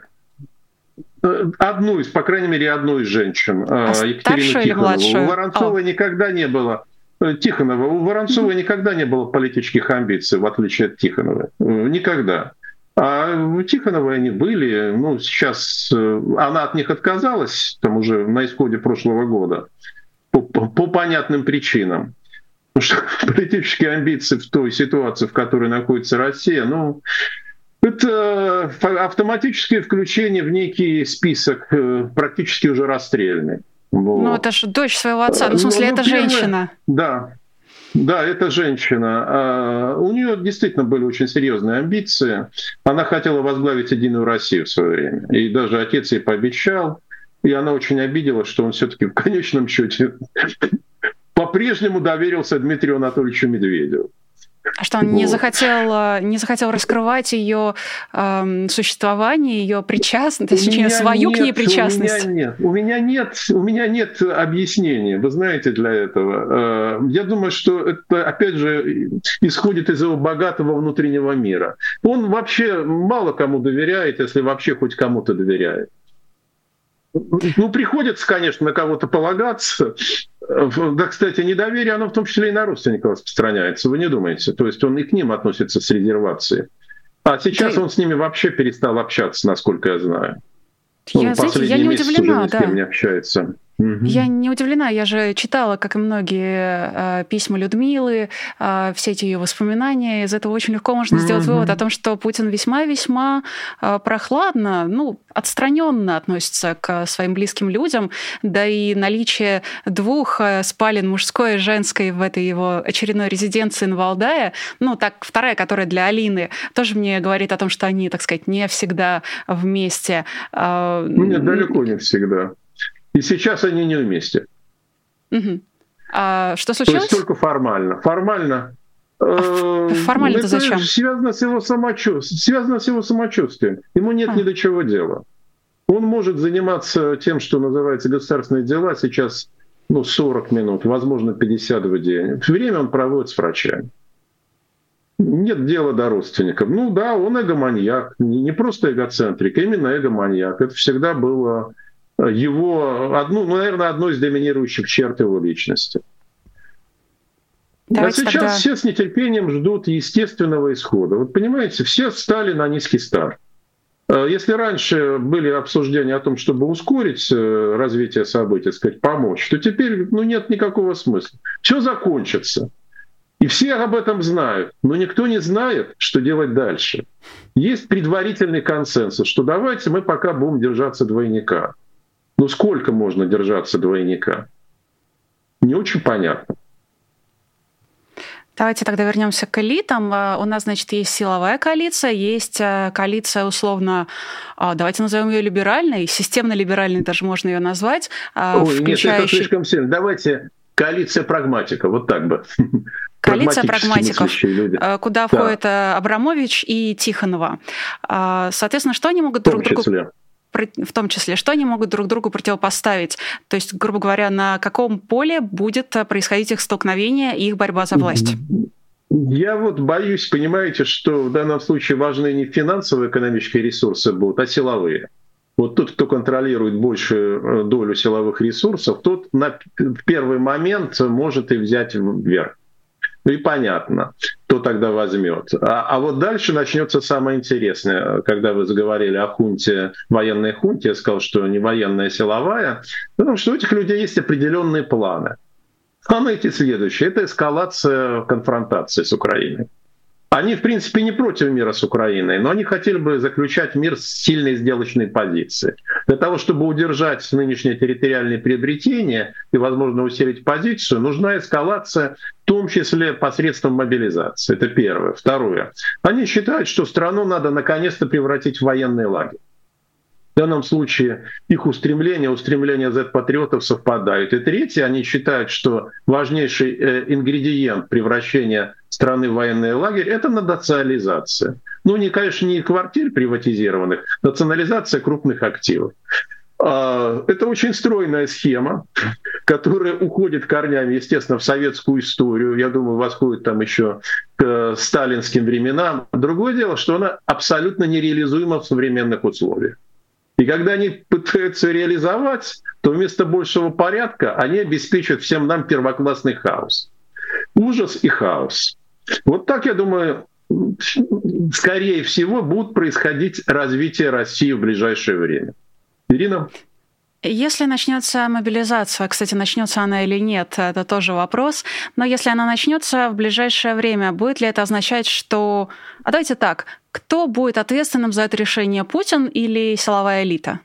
одну из, по крайней мере, одну из женщин, а Екатерину Тихонову. У Воронцова О. никогда не было... Тихонова. У Воронцова никогда не было политических амбиций, в отличие от Тихоновой. Никогда. А у Тихоновой они были, ну, сейчас она от них отказалась, там уже на исходе прошлого года, по, по, по понятным причинам. Потому что политические амбиции в той ситуации, в которой находится Россия, ну, это автоматическое включение в некий список практически уже расстрельный. Вот. Ну, это же дочь своего отца, ну, в смысле, ну, это первое, женщина. Да. Да, это женщина. У нее действительно были очень серьезные амбиции. Она хотела возглавить «Единую Россию» в свое время. И даже отец ей пообещал. И она очень обиделась, что он все-таки в конечном счете по-прежнему доверился Дмитрию Анатольевичу Медведеву. А что, он вот. не захотел, не захотел раскрывать ее э, существование, ее причастность, точнее, свою нет, к ней причастность? У меня нет, у меня нет, у меня нет объяснения, вы знаете, для этого. Я думаю, что это, опять же, исходит из его богатого внутреннего мира. Он вообще мало кому доверяет, если вообще хоть кому-то доверяет. Ну, приходится, конечно, на кого-то полагаться. Да, кстати, недоверие, оно в том числе и на родственников распространяется, вы не думаете? То есть он и к ним относится с резервацией. А сейчас Ты... он с ними вообще перестал общаться, насколько я знаю. Он я, знаете, я не удивлена, уже ни с кем не общается. Я не удивлена, я же читала, как и многие, письма Людмилы, все эти ее воспоминания. Из этого очень легко можно сделать mm-hmm. вывод о том, что Путин весьма-весьма прохладно, ну, отстраненно относится к своим близким людям, да и наличие двух спален, мужской и женской, в этой его очередной резиденции на Валдае, ну, так, вторая, которая для Алины, тоже мне говорит о том, что они, так сказать, не всегда вместе. Ну, нет, далеко не всегда. И сейчас они не вместе. Угу. А что случилось? То есть только формально. Формально. А формально-то зачем? Связано с его самочувствием. Связано с его самочувствием. Ему нет а. ни до чего дела. Он может заниматься тем, что называется государственные дела. Сейчас ну, сорок минут, возможно, пятьдесят в день. Время он проводит с врачами. Нет дела до родственников. Ну да, он эгоманьяк. Не просто эгоцентрик, а именно эгоманьяк. Это всегда было... его, одну, ну, наверное, одной из доминирующих черт его личности. Давайте а сейчас тогда... все с нетерпением ждут естественного исхода. Вот понимаете, все встали на низкий старт. Если раньше были обсуждения о том, чтобы ускорить развитие событий, сказать, помочь, то теперь ну, нет никакого смысла. Все закончится. И все об этом знают, но никто не знает, что делать дальше. Есть предварительный консенсус, что давайте мы пока будем держаться двойника. Ну сколько можно держаться двойника? Не очень понятно. Давайте тогда вернемся к элитам. У нас, значит, есть силовая коалиция, есть коалиция условно, давайте назовем ее либеральной, системно-либеральной даже можно ее назвать. Ой, включающей... нет, это слишком сильно. Давайте коалиция прагматиков, вот так бы. Коалиция прагматиков, куда да. входят Абрамович и Тихонова. Соответственно, что они могут друг другу... в том числе, что они могут друг другу противопоставить? То есть, грубо говоря, на каком поле будет происходить их столкновение и их борьба за власть? Я вот боюсь, понимаете, что в данном случае важны не финансовые экономические ресурсы будут, а силовые. Вот тот, кто контролирует большую долю силовых ресурсов, тот на первый момент может и взять вверх. Ну и понятно, кто тогда возьмет. А, а вот дальше начнется самое интересное. Когда вы заговорили о хунте, военной хунте, я сказал, что не военная, а силовая, потому что у этих людей есть определенные планы. Планы эти следующие. Это эскалация конфронтации с Украиной. Они, в принципе, не против мира с Украиной, но они хотели бы заключать мир с сильной сделочной позицией. Для того, чтобы удержать нынешнее территориальное приобретение и, возможно, усилить позицию, нужна эскалация, в том числе посредством мобилизации. Это первое. Второе. Они считают, что страну надо наконец-то превратить в военный лагерь. В данном случае их устремления, устремления зет-патриотов совпадают. И третье, они считают, что важнейший э, ингредиент превращения страны в военный лагерь — это национализация. Ну, не, конечно, не квартир приватизированных, национализация крупных активов. Э, это очень стройная схема, которая уходит корнями, естественно, в советскую историю. Я думаю, восходит там еще к сталинским временам. Другое дело, что она абсолютно нереализуема в современных условиях. И когда они пытаются реализовать, то вместо большего порядка они обеспечат всем нам первоклассный хаос. Ужас и хаос. Вот так, я думаю, скорее всего, будет происходить развитие России в ближайшее время. Ирина? Если начнется мобилизация, кстати, начнется она или нет, это тоже вопрос, но если она начнется в ближайшее время, будет ли это означать, что... А давайте так, кто будет ответственным за это решение, Путин или силовая элита?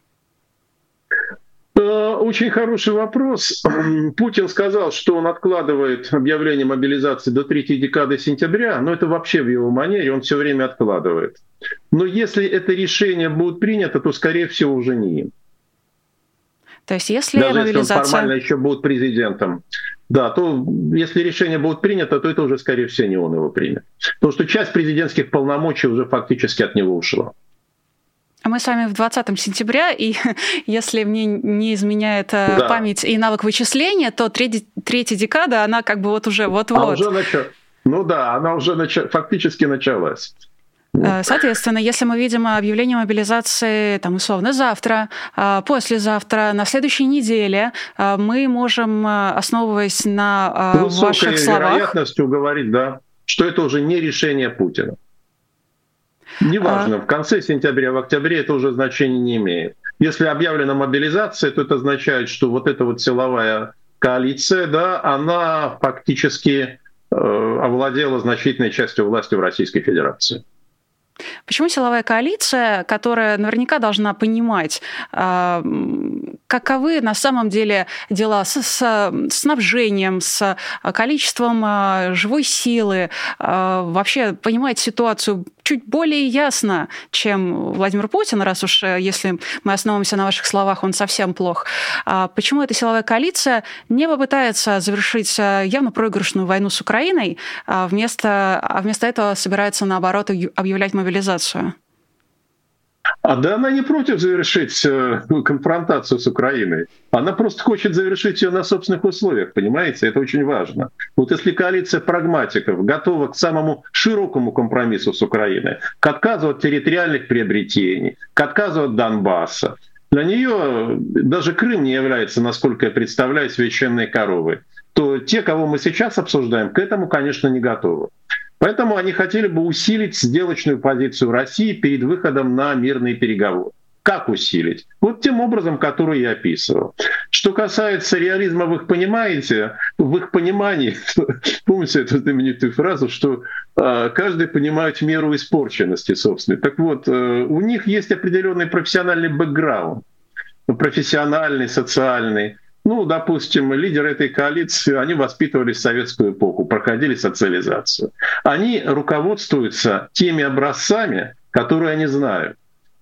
Очень хороший вопрос. Путин сказал, что он откладывает объявление мобилизации до третьей декады сентября, но это вообще в его манере, он все время откладывает. Но если это решение будет принято, то, скорее всего, уже не им. То есть если Даже мобилизация... если он формально еще будет президентом, да, то если решение будет принято, то это уже, скорее всего, не он его примет. Потому что часть президентских полномочий уже фактически от него ушла. Мы с вами в двадцатого сентября, и если мне не изменяет да. память и навык вычисления, то третья, третья декада, она как бы вот уже вот-вот. А уже нач... Ну да, она уже нач... фактически началась. Соответственно, если мы видим объявление мобилизации, там, условно, завтра, послезавтра, на следующей неделе, мы можем, основываясь на Высокой ваших словах... вероятностью говорить, да, что это уже не решение Путина. Неважно, а... в конце сентября, в октябре это уже значения не имеет. Если объявлена мобилизация, то это означает, что вот эта вот силовая коалиция, да, она фактически э, овладела значительной частью власти в Российской Федерации. Почему силовая коалиция, которая наверняка должна понимать, каковы на самом деле дела с, с снабжением, с количеством живой силы, вообще понимать ситуацию чуть более ясно, чем Владимир Путин, раз уж, если мы основываемся на ваших словах, он совсем плох. Почему эта силовая коалиция не попытается завершить явно проигрышную войну с Украиной, а вместо, а вместо этого собирается, наоборот, объявлять мобилизацию? А да, она не против завершить конфронтацию с Украиной. Она просто хочет завершить ее на собственных условиях, понимаете? Это очень важно. Вот если коалиция прагматиков готова к самому широкому компромиссу с Украиной, к отказу от территориальных приобретений, к отказу от Донбасса, для нее даже Крым не является, насколько я представляю, священной коровой, то те, кого мы сейчас обсуждаем, к этому, конечно, не готовы. Поэтому они хотели бы усилить сделочную позицию России перед выходом на мирные переговоры. Как усилить? Вот тем образом, который я описывал. Что касается реализма в их понимании, в их понимании, помните эту знаменитую фразу, что э, каждый понимает меру испорченности собственной. Так вот, э, у них есть определенный профессиональный бэкграунд, профессиональный, социальный. Ну, допустим, лидеры этой коалиции, они воспитывались в советскую эпоху, проходили социализацию. Они руководствуются теми образцами, которые они знают.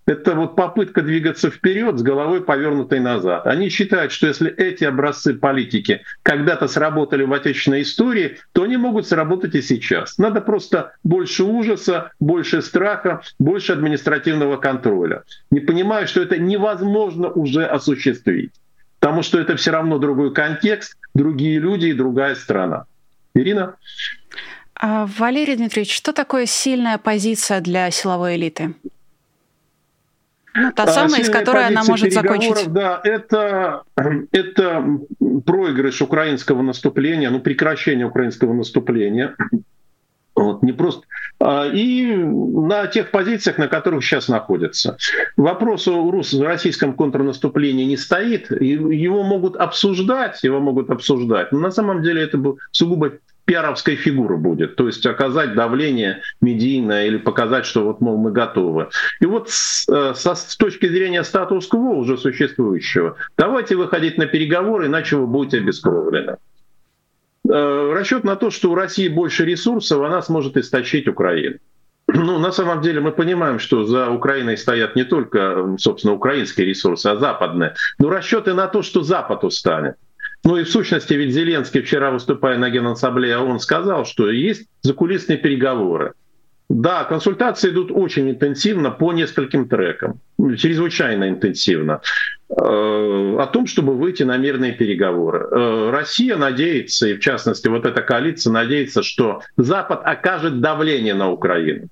Это вот попытка двигаться вперед с головой повернутой назад. Они считают, что если эти образцы политики когда-то сработали в отечественной истории, то они могут сработать и сейчас. Надо просто больше ужаса, больше страха, больше административного контроля. Не понимаю, что это невозможно уже осуществить, потому что это все равно другой контекст, другие люди и другая страна. Ирина? А, Валерий Дмитриевич, что такое сильная позиция для силовой элиты? Ну, та самая, из которой она может закончить. Да, это, это проигрыш украинского наступления, ну, прекращение украинского наступления. Вот, не просто. И на тех позициях, на которых сейчас находятся. Вопрос о российском контрнаступлении не стоит. Его могут обсуждать, его могут обсуждать. Но на самом деле это был сугубо пиаровской фигуры будет, то есть оказать давление медийное или показать, что вот, мол, мы готовы. И вот с, со, с точки зрения статус-кво уже существующего, давайте выходить на переговоры, иначе вы будете обескровлены. Расчет на то, что у России больше ресурсов, она сможет истощить Украину. Ну, на самом деле мы понимаем, что за Украиной стоят не только, собственно, украинские ресурсы, а западные. Но расчеты на то, что Запад устанет. Ну и в сущности, ведь Зеленский, вчера выступая на Генассамблее ООН, сказал, что есть закулисные переговоры. Да, консультации идут очень интенсивно по нескольким трекам, чрезвычайно интенсивно, э, о том, чтобы выйти на мирные переговоры. Э, Россия надеется, и в частности вот эта коалиция надеется, что Запад окажет давление на Украину.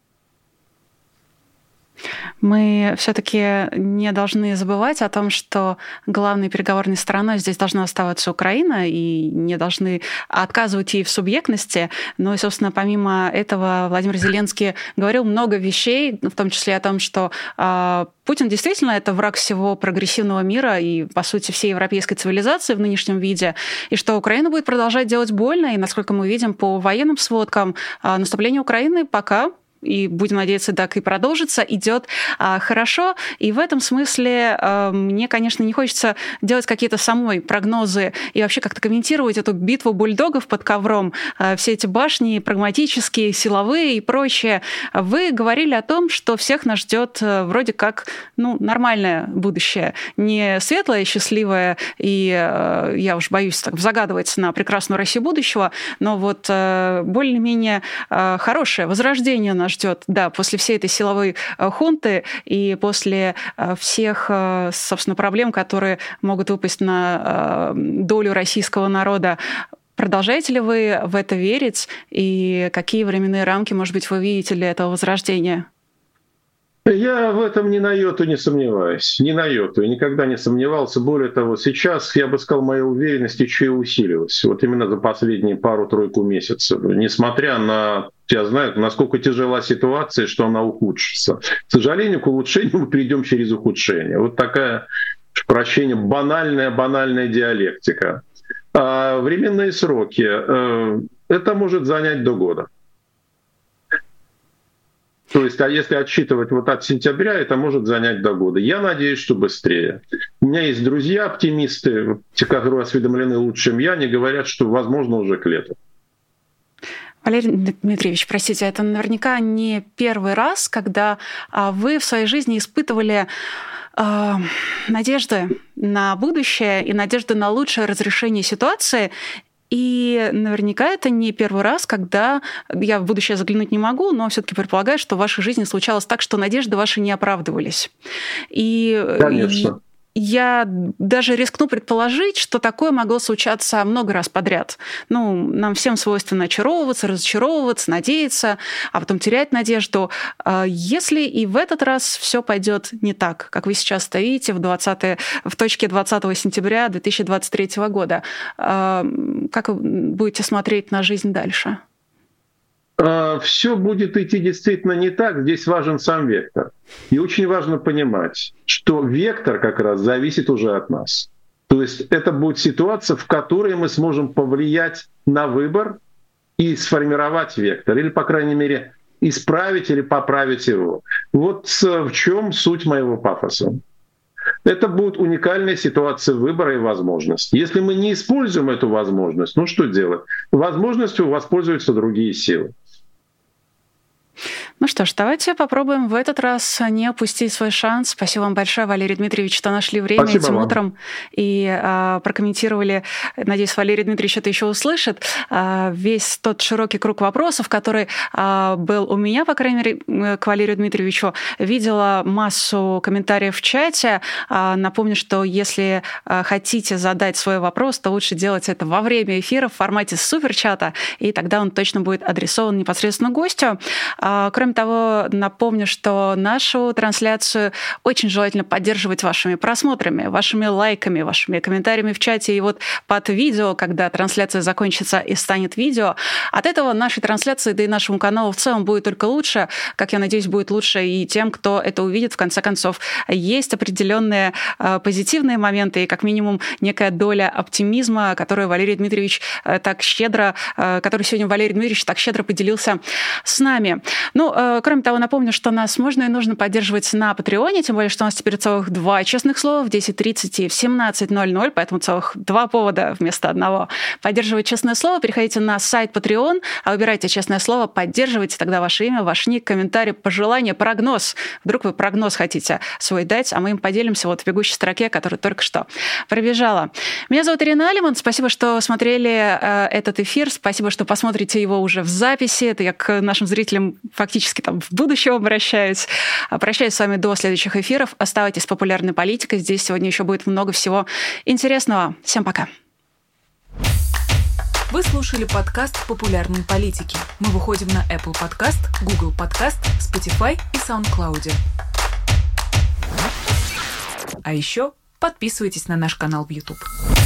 Мы все-таки не должны забывать о том, что главной переговорной стороной здесь должна оставаться Украина, и не должны отказывать ей в субъектности. Но, собственно, помимо этого Владимир Зеленский говорил много вещей, в том числе о том, что э, Путин действительно это враг всего прогрессивного мира и, по сути, всей европейской цивилизации в нынешнем виде, и что Украина будет продолжать делать больно, и, насколько мы видим по военным сводкам, э, наступление Украины пока, и будем надеяться, так и продолжится, идет а, хорошо. И в этом смысле а, мне, конечно, не хочется делать какие-то самой прогнозы и вообще как-то комментировать эту битву бульдогов под ковром, а, все эти башни прагматические, силовые и прочее. Вы говорили о том, что всех нас ждет вроде как ну, нормальное будущее, не светлое, счастливое, и а, я уж боюсь так загадывать на прекрасную Россию будущего, но вот а, более-менее а, хорошее возрождение нас ждет, да, после всей этой силовой хунты и после всех, собственно, проблем, которые могут выпасть на долю российского народа. Продолжаете ли вы в это верить? И какие временные рамки, может быть, вы видите для этого возрождения? Я в этом ни на йоту не сомневаюсь, ни на йоту, и никогда не сомневался. Более того, сейчас, я бы сказал, моя уверенность еще и усилилась. Вот именно за последние пару-тройку месяцев. Несмотря на, я знаю, насколько тяжела ситуация, что она ухудшится. К сожалению, к улучшению мы придем через ухудшение. Вот такая, прощение, банальная-банальная диалектика. А временные сроки, это может занять до года. То есть, а если отсчитывать вот от сентября, это может занять до года. Я надеюсь, что быстрее. У меня есть друзья-оптимисты, те, которые осведомлены лучше, чем я, они говорят, что, возможно, уже к лету. Валерий Дмитриевич, простите, это наверняка не первый раз, когда вы в своей жизни испытывали э, надежды на будущее и надежды на лучшее разрешение ситуации. И наверняка это не первый раз, когда я в будущее заглянуть не могу, но все-таки предполагаю, что в вашей жизни случалось так, что надежды ваши не оправдывались. И, Конечно. Я даже рискну предположить, что такое могло случаться много раз подряд. Ну, нам всем свойственно очаровываться, разочаровываться, надеяться, а потом терять надежду. Если и в этот раз все пойдет не так, как вы сейчас стоите в, двадцатом, в точке двадцатого сентября две тысячи двадцать третьего года, как вы будете смотреть на жизнь дальше? Все будет идти действительно не так, здесь важен сам вектор. И очень важно понимать, что вектор как раз зависит уже от нас. То есть это будет ситуация, в которой мы сможем повлиять на выбор и сформировать вектор, или, по крайней мере, исправить или поправить его. Вот в чем суть моего пафоса. Это будет уникальная ситуация выбора и возможность. Если мы не используем эту возможность, ну что делать? Возможностью воспользуются другие силы. Ну что ж, давайте попробуем в этот раз не опустить свой шанс. Спасибо вам большое, Валерий Дмитриевич, что нашли время Спасибо этим вам. утром и а, прокомментировали. Надеюсь, Валерий Дмитриевич это еще услышит. А, весь тот широкий круг вопросов, который а, был у меня, по крайней мере, к Валерию Дмитриевичу. Видела массу комментариев в чате. А, напомню, что если а, хотите задать свой вопрос, то лучше делать это во время эфира в формате суперчата, и тогда он точно будет адресован непосредственно гостю. А, кроме того, напомню, что нашу трансляцию очень желательно поддерживать вашими просмотрами, вашими лайками, вашими комментариями в чате. И вот под видео, когда трансляция закончится и станет видео, от этого нашей трансляции, да и нашему каналу в целом будет только лучше. Как я надеюсь, будет лучше и тем, кто это увидит. В конце концов, есть определенные э, позитивные моменты и как минимум некая доля оптимизма, которую Валерий Дмитриевич э, так щедро, э, который сегодня Валерий Дмитриевич так щедро поделился с нами. Ну, кроме того, напомню, что нас можно и нужно поддерживать на Патреоне, тем более, что у нас теперь целых два честных слова в десять тридцать и в семнадцать ноль ноль, поэтому целых два повода вместо одного. Поддерживать честное слово, переходите на сайт Patreon, а выбирайте честное слово, поддерживайте тогда ваше имя, ваш ник, комментарий, пожелание, прогноз. Вдруг вы прогноз хотите свой дать, а мы им поделимся вот в бегущей строке, которая только что пробежала. Меня зовут Ирина Алиман, спасибо, что смотрели э, этот эфир, спасибо, что посмотрите его уже в записи. Это я к нашим зрителям фактически там в будущем обращаюсь. Прощаюсь с вами до следующих эфиров. Оставайтесь с популярной политикой. Здесь сегодня еще будет много всего интересного. Всем пока. Вы слушали подкаст «Популярные политики». Мы выходим на Apple Podcast, Google Podcast, Spotify и SoundCloud. А еще подписывайтесь на наш канал в YouTube.